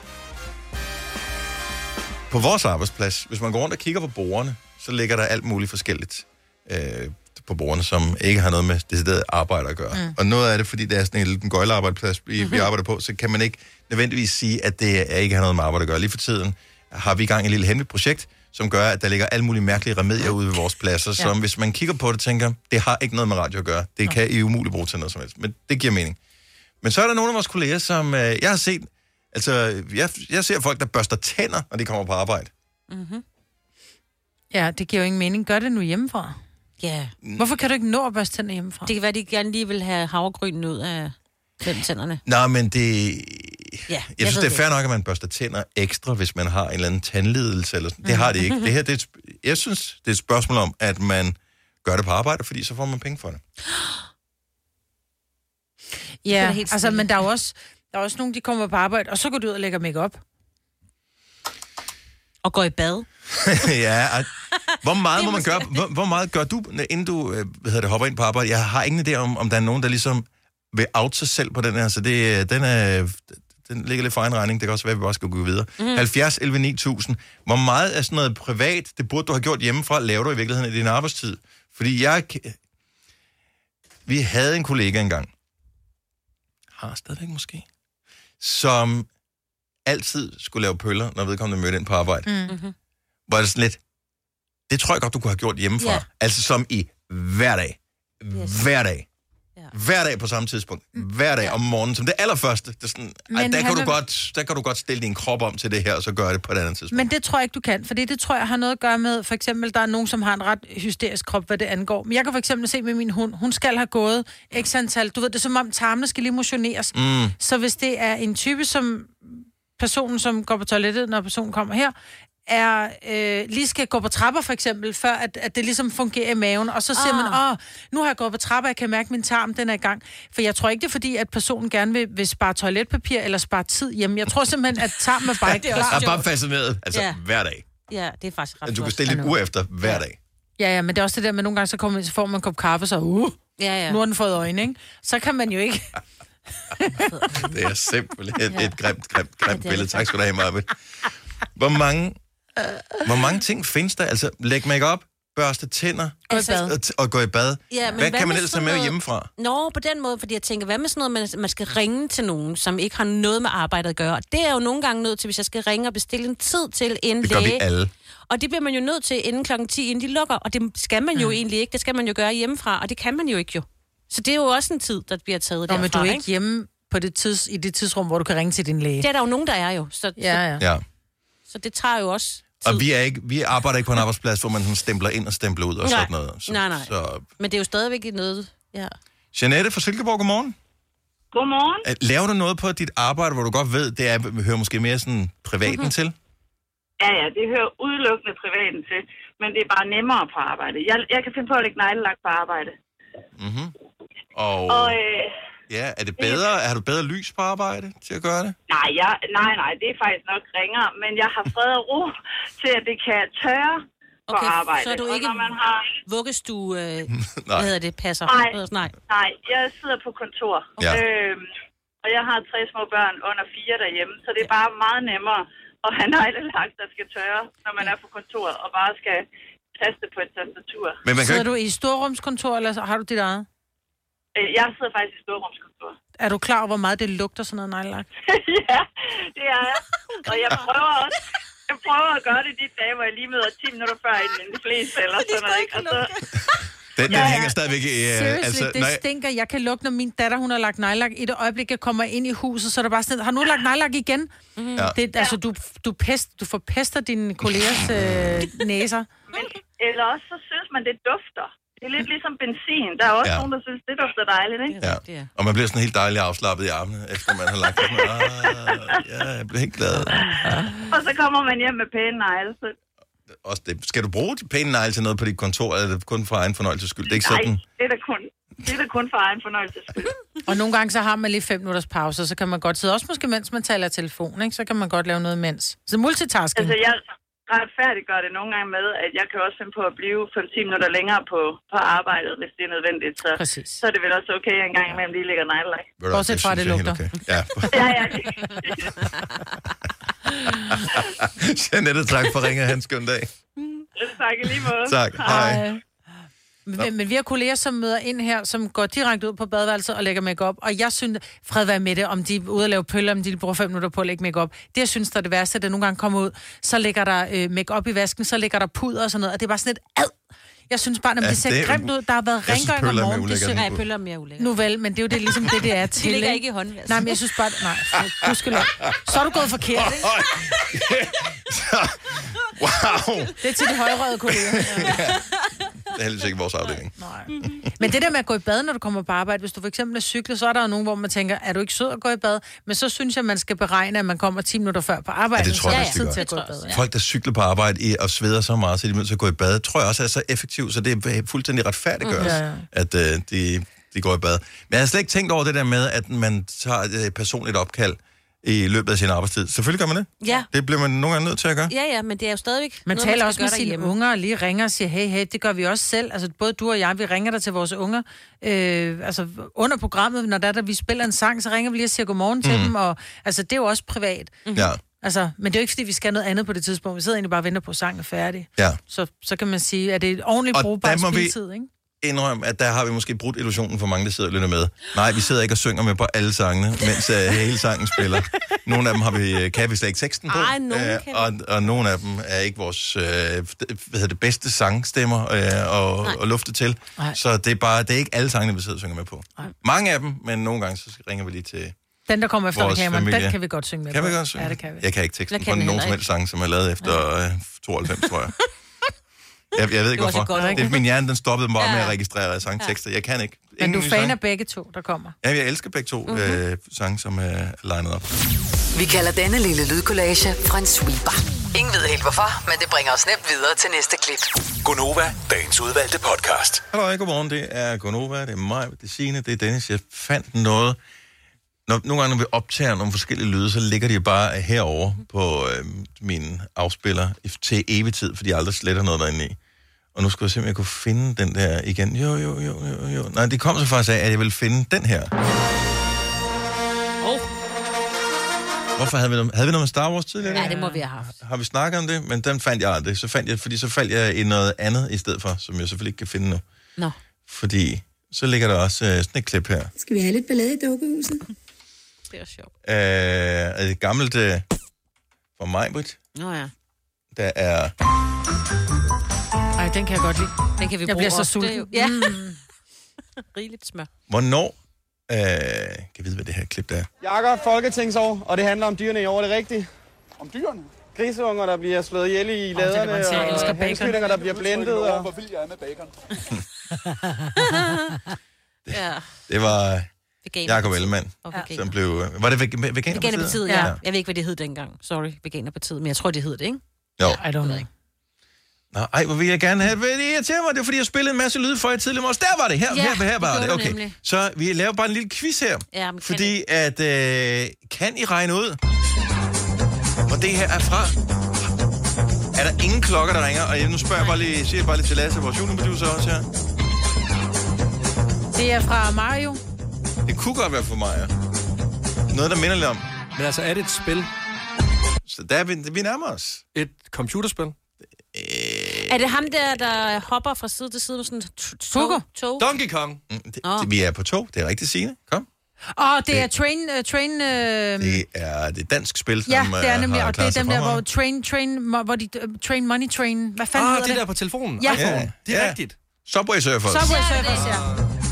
På vores arbejdsplads, hvis man går rundt og kigger på bordene, så ligger der alt muligt forskelligt øh, på bordene, som ikke har noget med decideret arbejde at gøre. Mm. Og noget af det, fordi det er sådan en lille gøjlearbejdsplads, vi, vi arbejder på, så kan man ikke nødvendigvis sige, at det ikke har noget med arbejde at gøre. Lige for tiden har vi i gang et lille hemmeligt projekt, som gør, at der ligger alle mulige mærkelige remedier ude ved vores pladser, ja. Som hvis man kigger på det, tænker, det har ikke noget med radio at gøre. Det kan I umuligt bruge til noget som helst. Men det giver mening. Men så er der nogle af vores kolleger, som øh, jeg har set Altså, jeg, jeg ser folk, der børster tænder, når de kommer på arbejde. Mm-hmm. Ja, det giver jo ingen mening. Gør det nu hjemmefra. Ja. Hvorfor kan du ikke nå at børste tænder hjemmefra? Det kan være, de gerne lige vil have havregrynen ud af mellem tænderne. Nej, men det... Ja, jeg, jeg synes, ved det er fair det. nok, at man børster tænder ekstra, hvis man har en eller anden tandledelse eller sådan. Det har det ikke. Det her, det er et, sp- jeg synes, det er et spørgsmål om, at man gør det på arbejde, fordi så får man penge for det. Ja, det helt altså, stille. men der er jo også, der er også nogen, de kommer på arbejde, og så går du ud og lægger make-up. Og går i bad. Ja, at, hvor meget må man gøre, hvor, hvor meget gør du, inden du øh, hvad hedder det, hopper ind på arbejde? Jeg har ingen idé om, om der er nogen, der ligesom vil out sig selv på den her, så det, den, er, den ligger lidt for egen regning. Det kan også være, at vi bare skal gå videre. Mm. halvfjerds elleve ni tusind. Hvor meget er sådan noget privat, det burde du have gjort hjemmefra, laver du i virkeligheden i din arbejdstid? Fordi jeg... Vi havde en kollega engang, har stadigvæk måske, som altid skulle lave pøller, når vedkommende mødte ind på arbejde. Mm-hmm. Hvor det sådan lidt, det tror jeg godt, du kunne have gjort hjemmefra. Ja. Altså som i hver dag. Yes. Hver dag. Ja. Hver dag på samme tidspunkt. Hver dag om morgenen, som det allerførste. Det er sådan, ej, der, kan du er... godt, der kan du godt stille din krop om til det her, og så gøre det på et andet tidspunkt. Men det tror jeg ikke, du kan, fordi det tror jeg har noget at gøre med, for eksempel, der er nogen, som har en ret hysterisk krop, hvad det angår. Men jeg kan for eksempel se med min hund, hun skal have gået x antal, du ved, det er som om tarmene skal lige motioneres. Mm. Så hvis det er en type, som personen, som går på toilettet, når personen kommer her, er, øh, lige skal gå på trapper for eksempel, før at, at det ligesom fungerer i maven, og så siger Ah. man, åh, nu har jeg gået på trapper, jeg kan mærke, at min tarm, den er i gang. For jeg tror ikke, det er fordi, at personen gerne vil, vil spare toiletpapir eller spare tid hjemme. Jeg tror simpelthen, at tarmen er bare ikke Jeg klar. er bare fascineret, altså Ja. hver dag. Ja, det er faktisk ret Altså, du kan flot. stille et ur efter hver dag. Ja, ja, men det er også det der med, nogle gange så, kommer, så får man en kop kaffe, så uh, Ja, ja. nu har den fået øjne, ikke? Så kan man jo ikke. Det er simpelthen et grimt, grimt, grimt billede. Tak skal du have, Marvind. Hvor mange, hvor mange ting findes der? Altså, læg make-up, børste tænder Altså- og, t- og gå i bad. Ja, men hvad, hvad kan man med ellers sådan have med noget- hjemmefra? Nå, på den måde, fordi jeg tænker, hvad med sådan noget, man, man skal ringe til nogen, som ikke har noget med arbejdet at gøre. Og det er jo nogle gange nødt til, hvis jeg skal ringe og bestille en tid til en Det gør læge. vi alle. Og det bliver man jo nødt til inden klokken ti, inden de lukker. Og det skal man jo Mm. egentlig ikke. Det skal man jo gøre hjemmefra, og det kan man jo ikke jo. Så det er jo også en tid, der bliver taget Nå, derfra, men du er ikke ikke? hjemme på det tids, i det tidsrum, hvor du kan ringe til din læge. Det er der jo nogen, der er jo. Så, Ja, ja. Ja. så, så det tager jo også tid. Og vi, er ikke, vi arbejder ikke på en arbejdsplads, hvor man sådan stempler ind og stempler ud og Nej. sådan noget. Så, Nej, nej. Så... Men det er jo stadigvæk noget. Ja. Jeanette fra Silkeborg, godmorgen. Godmorgen. Øh, Laver du noget på dit arbejde, hvor du godt ved, det er, hører måske mere sådan privaten Mhm. til? Ja, ja, det hører udelukkende privaten til, men det er bare nemmere på arbejde. Jeg, jeg kan finde på at lægge neglelak på arbejde. Mm-hmm. Og, Og øh, ja, er det bedre? Har du bedre lys på arbejde til at gøre det? nej, jeg, nej, nej, det er faktisk nok ringere, men jeg har fred og ro til, at det kan tørre på Okay, arbejde. så er du Og ikke når man har... vuggestue, øh, Nej. hvad hedder det, passer? Nej. Nej. Nej, jeg sidder på kontor, Ja. øhm, og jeg har tre små børn under fire derhjemme, så det er bare meget nemmere at have neglelak, der skal tørre, når man er på kontoret, og bare skal taste på et tastatur. Men man kan Sidder ikke... du i storrumskontor, eller har du dit eget? Øh, Jeg sidder faktisk i storrumskontor. Er du klar over, hvor meget det lugter sådan noget neglelak? Ja, det er jeg. Og jeg prøver også, jeg prøver at gøre det de dage, hvor jeg lige møder ti minutter før inden de fleste eller sådan noget, ikke? Og så, Den, den Ja, ja. hænger stadigvæk i... Uh, Seriously, altså, det når jeg- stinker. Jeg kan lugte, når min datter, hun har lagt neglelak. I det øjeblik, jeg kommer ind i huset, så er der bare sådan, har nu lagt neglelak igen? Mm. Ja. Det, altså, du, du, pest, du forpester dine kollegers øh, næser. men, eller også så synes man, det dufter. Det er lidt ligesom benzin. Der er også Ja. ja. nogen, der synes, det dufter dejligt, ikke? Ja. Og man bliver sådan helt dejligt afslappet i armene, efter man har lagt det. Ah, ja, jeg bliver helt glad. Og så kommer man hjem med pæne negle. Så... Også det. Skal du bruge de pæne negle til noget på dit kontor, eller er det kun for egen fornøjelses skyld? Det er ikke Nej, sådan... det er da kun, det er da kun for egen fornøjelse. Og nogle gange, så har man lige fem minutters pause, så kan man godt sidde, også måske mens man taler i telefon, ikke? Så kan man godt lave noget imens. Så multitasking. Altså, jeg retfærdiggør det nogle gange med, at jeg kan også finde på at blive fem til ti minutter længere på, på arbejdet, hvis det er nødvendigt. Så, Præcis. så er det vel også okay, at en gang imellem lige ligger neglelak. Ved du hvad, Bortset fra, synes det jeg er helt lugter. Okay. Ja. Ja, ja. Jeanette, tak for ringet. Han skøn dag. Tak i lige måde. Tak. Hej. Men, men vi har kolleger, som møder ind her, som går direkte ud på badeværelset og lægger make-up. Og jeg synes, fred være med det, om de er ude at lave pøller, om de bruger fem minutter på at lægge make-up. Det, jeg synes, der er det værste, at det nogle gange kommer ud, så ligger der øh, make-up i vasken, så ligger der puder og sådan noget, og det er bare sådan et ad. Jeg synes bare, at det ser det er- grimt ud. Der har været Jeg synes, rengøring om pøller er mere morgenen. Det ulækkert synes end Nej, pøller er mere ulækkert. Nu vel, men det er jo det, ligesom det, det er til. De ligger ikke i håndvask. Nej, men jeg synes bare... Nej, du skal lade. Så er du gået forkert, ikke? Wow! Det er til de højrøde kolleger. Det er heldigvis ikke vores afdeling. Men det der med at gå i bad, når du kommer på arbejde, hvis du for eksempel er cykler, så er der jo nogen, hvor man tænker, er du ikke sød at gå i bad? Men så synes jeg, man skal beregne, at man kommer ti minutter før på arbejde. Ja, det tror jeg så også, er det tid gør. til at gå i bad. Ja. Folk, der cykler på arbejde i, og sveder så meget, så de er nødt til at gå i bad, tror jeg også er så effektivt, så det er fuldstændig retfærdiggøres, Mm, ja, ja. at øh, de, de går i bad. Men jeg har slet ikke tænkt over det der med, at man tager et øh, personligt opkald i løbet af sin arbejdstid. Selvfølgelig gør man det. Ja. Det bliver man nogle gange nødt til at gøre. Ja, ja, men det er jo stadigvæk Man noget, taler skal også med gøre sine derhjemme. unger og lige ringer og siger, hey, hey, det gør vi også selv. Altså, både du og jeg, vi ringer der til vores unger. Øh, altså, under programmet, når der, er, der vi spiller en sang, så ringer vi lige og siger godmorgen mm. til dem. Og, altså, det er jo også privat. Mm-hmm. Ja. Altså, men det er jo ikke, fordi vi skal noget andet på det tidspunkt. Vi sidder egentlig bare og venter på, at sangen er færdig. Ja. Så, så kan man sige, at det er et ordentligt Og brugbart der må vi- spildtid, ikke? Indrøm, at der har vi måske brudt illusionen for mange, der sidder og lytter med. Nej, vi sidder ikke og synger med på alle sangene, mens uh, hele sangen spiller. Nogle af dem har vi, kan vi slet ikke teksten på, Ej, nogen øh, kan og, og nogle af dem er ikke vores øh, hvad hedder det, bedste sangstemmer øh, og, og lufte til. Nej. Så det er bare det er ikke alle sangene, vi sidder og synger med på. Nej. Mange af dem, men nogle gange så ringer vi lige til Den, der kommer efter vores reklameren, familie. den kan vi godt synge med Kan på. vi godt synge? Ja, det kan vi. Jeg kan ikke teksten Jeg kan på den nogen heller som helst sang, som er lavet efter øh, tooghalvfems, tror jeg. Jeg, jeg ved ikke, Det var så hvorfor. godt, ikke? Det, min hjerne, den stoppede bare Ja. med at registrere sangtekster. Jeg kan ikke. Men Ingen du er nye fan sange. af begge to, der kommer. Ja, jeg elsker begge to mm-hmm. øh, sange, som er legnet op. Vi kalder denne lille lydkollage en sweeper. Ingen ved helt hvorfor, men det bringer os nemt videre til næste klip. Gonova, dagens udvalgte podcast. Hallo, godmorgen. Det er Gonova, det er mig, det er Signe, det er Dennis. Jeg fandt noget. Når, nogle gange, når vi optager nogle forskellige lyde, så ligger de bare herover på øh, min afspiller til evig tid, fordi jeg aldrig sletter noget derinde i. Og nu skulle jeg se, om jeg kunne finde den der igen. Jo, jo, jo, jo, jo. Nej, det kom så faktisk af, at jeg ville finde den her. Oh. Hvorfor havde vi noget, havde vi noget med Star Wars tidligere? Ja, det må vi have haft. Har vi snakket om det? Men den fandt jeg aldrig. Så fandt jeg, fordi så faldt jeg i noget andet i stedet for, som jeg selvfølgelig ikke kan finde nu. Nå. Fordi så ligger der også øh, sådan et klip her. Skal vi have lidt ballade i dukkehuset? Det er sjovt. Øh, et gammelt øh, fra Majbrit. Nå ja. Der er... Ej, den kan jeg godt lide. Den kan vi Jeg bruge bliver så ofte, sulten. jo. Ja. Mm. Rigeligt smør. Hvornår... Øh, kan jeg vide, hvad det her klip der er? Jakob, folketingsår, og det handler om dyrene i år, er det rigtigt? Om dyrene? Griseunger, der bliver slået ihjel i kan laderne, man sige, jeg elsker og bacon. henskytninger, der bliver blændet. Og... Hvor vild jeg er med bacon. Ja. Det var Veganer- Jakob Ellemann, og ja. veganer. som blev... Var det veg- Veganerpartiet? Veganerpartiet, ja. ja. Jeg ved ikke, hvad det hed dengang. Sorry, Veganerpartiet. Men jeg tror, det hed det, ikke? Jo. I don't know. Nå, ej, hvor vil jeg gerne have... Det irriterer mig, det er fordi, jeg spillede en masse lyde for jer tidligere morges. Der var det, her, Ja, her, her det var gjorde det. du Okay, nemlig. så vi laver bare en lille quiz her. Ja, men kan Fordi at... Øh, kan I regne ud, hvor det her er fra? Er der ingen klokker, der ringer? Og nu spørger jeg bare lige, siger jeg bare lige til Lasse, vores juniorproducer også her. Det er fra Mario. Det kunne godt være for mig, ja. Noget, der minder lidt om. Men altså, er det et spil? Så der er vi, vi nærmer os. Et computerspil? Er det ham der, der hopper fra side til side med sådan et t- tog? tog? Donkey Kong. Mm, det, det, vi er på tog. Det er rigtigt, Signe. Kom. Åh, det er Train... Uh, train uh... Det er det dansk spil, som Ja, det er øh, nemlig, har og det er klaret sig dem der, hvor fremragende. Train... Train... mo- Hvor de... Uh, train Money Train... Hvad fanden Ah, hedder det det? der på telefonen. Ja. iPhone. Det er Ja. rigtigt. Subway Surfers. Subway Surfers, ja.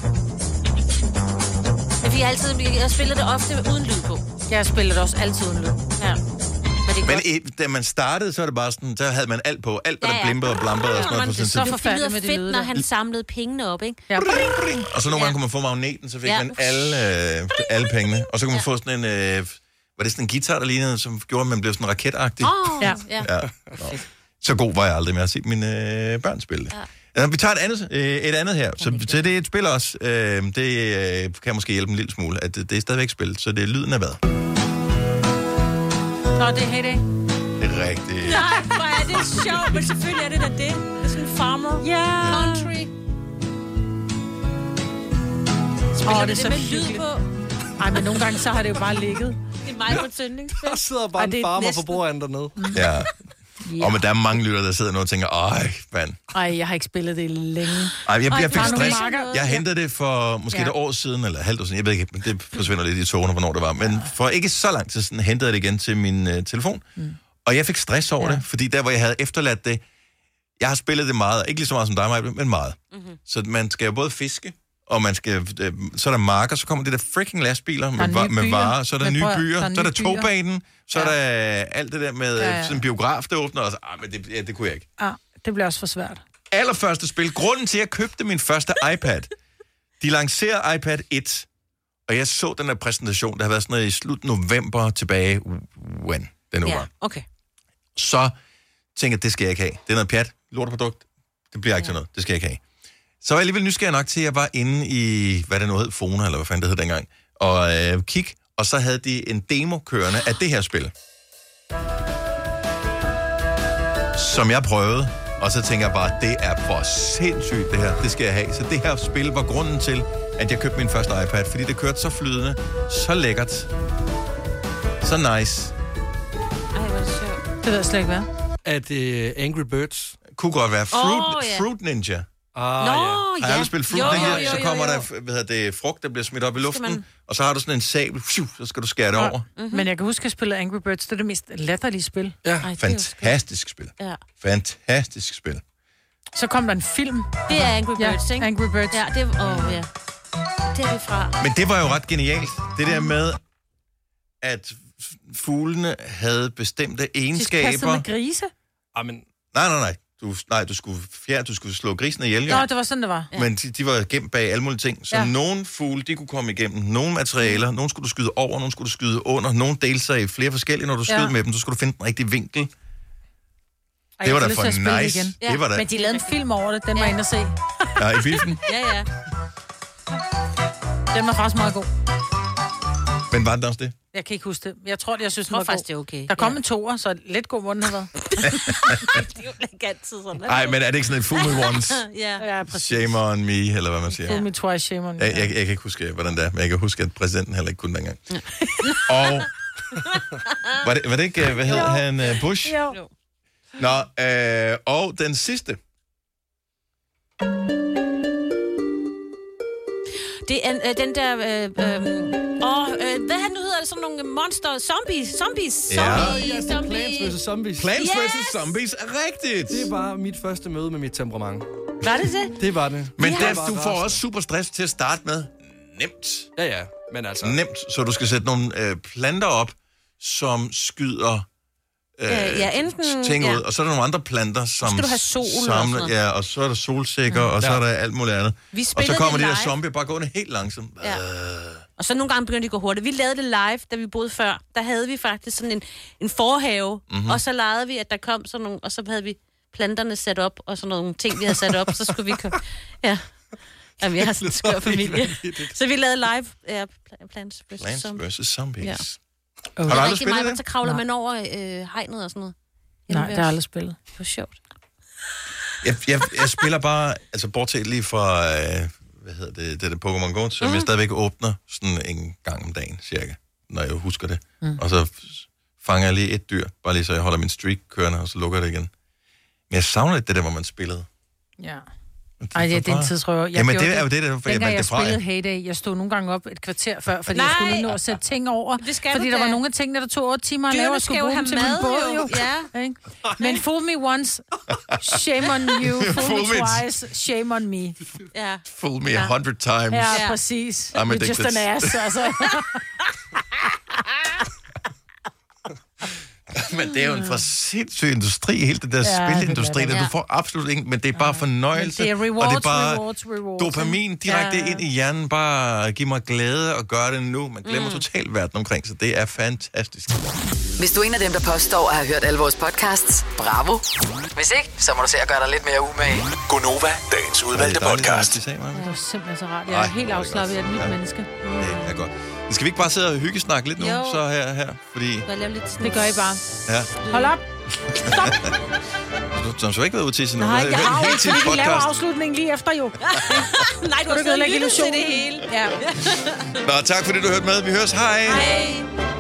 Men vi har altid... Jeg spiller det ofte uden lyd på. Jeg spiller det også altid uden lyd. Ja. Men det er Men godt. i, da man startede, så er det bare sådan, så havde man alt på. Alt, hvad Ja, der ja. blimpede og blampede og sådan noget på sin Det tid. var forfærdeligt med fedt, de lyde når der. han samlede pengene op, ikke? Ja. Og så nogle gange kunne man få magneten, så fik Ja. man alle, øh, alle pengene. Og så kunne man få sådan en... Øh, var det sådan en guitar, der lignede, som gjorde, at man blev sådan raketagtig? Åh, oh, Ja. ja. Ja. Nå. Så god var jeg aldrig med at se mine øh, børn spille det. Ja. Vi tager et andet, øh, et andet her. Så, så det er et spil også. Øh, det øh, kan måske hjælpe en lille smule, at det, det er stadigvæk spil. Så det er lyden af hvad? Nå, det er Heyday. Det er rigtigt. Nej, hvor er det sjovt, men selvfølgelig er det da det. Det er sådan en farmer. Ja. Country. Spiller Åh, oh, det det, er det så med lyd hyggeligt. på? Ej, men nogle gange så har det jo bare ligget. Det er mig på tændningsspil. Der sidder bare Ej, en det er farmer næsten- for bordenden dernede. Ja. Ja. Og men der er mange lytter, der sidder nu og tænker, ej, mand. Ej, jeg har ikke spillet det længe. Ej, jeg, jeg, jeg fik Ej, stress. nogle marker. Jeg hentede det for måske Ja. ja. et år siden, eller et halvt år siden. Jeg ved ikke, men det forsvinder lidt i togene, hvornår det var. Men for ikke så lang tid siden hentede jeg det igen til min uh, telefon. Mm. Og jeg fik stress over ja. det, fordi der, hvor jeg havde efterladt det, Jeg har spillet det meget, ikke lige så meget som dig, Maja, men meget. Mm-hmm. Så man skal jo både fiske, og man skal, øh, så er der marker, så kommer det der freaking lastbiler med, va- med varer, så er der Men nye prøv- byer, der er så er der nye byer. togbanen, så Ja. er der alt det der med Ja, ja, ja. ja. sådan en biograf, der åbner, og så, ah, men det, ja, det kunne jeg ikke. Ah, det bliver også for svært. Allerførste spil, grunden til, at jeg købte min første iPad, de lancerer iPad et, og jeg så den der præsentation, der har været sådan noget i slut november tilbage, when det nu Ja, var. okay. Så tænkte jeg, det skal jeg ikke have. Det er noget pjat, lorteprodukt, det bliver ikke ja. til noget, det skal jeg ikke have. Så var jeg alligevel nysgerrig nok til, at jeg var inde i, hvad det nu hed, Fona, eller hvad fanden det hed dengang, og øh, kig, og så havde de en demo kørende af det her spil, som jeg prøvede, og så tænker jeg bare, det er for sindssygt det her, det skal jeg have. Så det her spil var grunden til, at jeg købte min første iPad, fordi det kørte så flydende, så lækkert, så nice. Ej, hvor er det sjovt. Det ved jeg slet ikke, hvad. Er det Angry Birds? Kunne godt være Fruit, Åh, ja. Fruit Ninja. Ah, Nå, ja. Har jeg ja. aldrig spillet Fruit Jo, Ninja? jo, jo, Så jo, kommer jo. der, hvad hedder det, frugt, der bliver smidt op i luften, man- og så har du sådan en sabel, pfiuh, så skal du skære det over. Mm-hmm. Men jeg kan huske, at jeg spillede Angry Birds. Det er det mest latterlige spil. Ja. Ej, det er jo Fantastisk spil. Ja. Fantastisk spil. Så kom der en film. Det er Angry Birds, ja, ikke? Angry Birds. Ja, det er... Åh, ja. Det er vi fra. Men det var jo ret genialt. Det der med, at f- fuglene havde bestemte De kastede egenskaber. med grise. Amen. Nej, nej, nej. Du, nej, du skulle, fjerde, du skulle slå grisen ihjel, jo. Nå, det var sådan, det var. Ja. Men de, de var gemt bag alle mulige ting. Så Ja. ja. nogle fugle, de kunne komme igennem nogle materialer. Nogle skulle du skyde over, nogle skulle du skyde under. Nogle delte sig i flere forskellige. Når du skød Ja. med dem, så skulle du finde den rigtige vinkel. Ej, Det var jeg da får for lyst til at spille nice. igen. Det var da- Men de lavede en film over det. Den var Ja. jeg inde at se. Ja, i biffen. Ja, ja. Den var faktisk meget god. Men var det også det? Jeg kan ikke huske det. Jeg tror, jeg synes, Jeg tror den var faktisk, god. det er okay. Der kom Ja. en toer, så lidt god må den have været. Det er jo ikke altid sådan. Nej, men er det ikke sådan en fool me once, Ja. Ja, præcis. shame on me, eller hvad man siger? Fool me twice, shame on me. Jeg, jeg, jeg kan ikke huske, hvordan det er, men jeg kan huske, at præsidenten heller ikke kunne dengang. Og var det, var det ikke, hvad hedder han, uh, Bush? Jo. Nå, øh, og den sidste. Det er øh, den der... Øh, øh, åh, øh, hvad han nu hedder det? Sådan nogle monster... Zombies. Zombies. Ja. Zombies. Zombies. Plants versus. Zombies. Plants Yes! versus. Zombies er rigtigt. Det var mit første møde med mit temperament. Var det det? Det var det. Men Det der, var du får rasende. også super stress til at starte med. Nemt. Ja, ja. Men altså... Nemt. Så du skal sætte nogle øh, planter op, som skyder øh, Ja, ja, enten- ting ja. ud. Og så er der nogle andre planter, som skal du have sol og sådan samler. noget. Ja, og så er der solsikker, mm. og så Ja. er der alt muligt andet. Vi Og så spillede kommer det de der live. zombier bare gående helt langsomt. Ja. Og så nogle gange begyndte de at gå hurtigt. Vi lavede det live, da vi boede før. Der havde vi faktisk sådan en, en forhave, Mhm. mm-hmm. og så legede vi, at der kom sådan nogle, og så havde vi planterne sat op, og sådan nogle ting, vi havde sat op, så skulle vi komme... Ja. Jamen, jeg har sådan en skør familie. Så vi lavede live ja, Plants versus. Plants Zombies. versus. Zombies. Ja. Har Det du er aldrig rigtig spillet meget, det? så kravler Nej. man over øh, hegnet og sådan noget. Nej, det har jeg aldrig spillet. Det var sjovt. Jeg, jeg, jeg spiller bare, altså bortset lige fra, øh, hvad hedder det, det der Pokémon Go, som mm. jeg stadigvæk åbner sådan en gang om dagen, cirka, når jeg husker det. Mm. Og så fanger jeg lige et dyr, bare lige så jeg holder min streak kørende, og så lukker jeg det igen. Men jeg savner lidt det der, hvor man spillede. Ja. Ej, det er den tidsrøver. Jeg Jamen, gjorde det er jo det, der jeg Dengang valgte jeg det fra. spillede Heyday, jeg stod nogle gange op et kvarter før, fordi Nej. jeg skulle lige nå at sætte ting over. Det skal fordi du der da. var nogle af tingene, der tog otte timer at Dyrene lave, og skal skulle jo bruge have dem til min mad, båd, jo. jo. Ikke? Men fool me once, shame on you. Fool, Fool me me. twice, shame on me. Ja. Fool me a hundred times. Ja, Ja. præcis. I'm You're just addicted. an ass, altså. Men det er jo en for sindssyg industri, hele det der Ja, ja, spilindustri, det er det. der du får absolut ingen, men det er bare fornøjelse. Men det er rewards, og det er bare rewards, rewards, dopamin ikke? direkte Ja. ind i hjernen. Bare giv mig glæde og gør det nu. Man glemmer mm. totalt verden omkring, så det er fantastisk. Hvis du er en af dem, der påstår at have hørt alle vores podcasts, bravo. Hvis ikke, så må du se at gøre dig lidt mere umage. Gonova, dagens udvalgte podcast. Det er simpelthen så rart. Jeg Ej, er helt hvor er det afslappet. Jeg er et nyt Ja. menneske. Det er godt. Men skal vi ikke bare sidde og hyggesnakke lidt nu, Jo. så her, her? Fordi, Skal jeg lave lidt Det gør I bare. ja, Hold op. du, du har ikke været ude til sådan Nej, noget. jeg har jo helt til ikke. Vi laver podcast. afslutningen lige efter, jo. Nej, du har du siddet og ødelægge lyttet til illusionen? det hele. Ja. Nå, tak fordi du hørte med. Vi høres. Hej. Hej.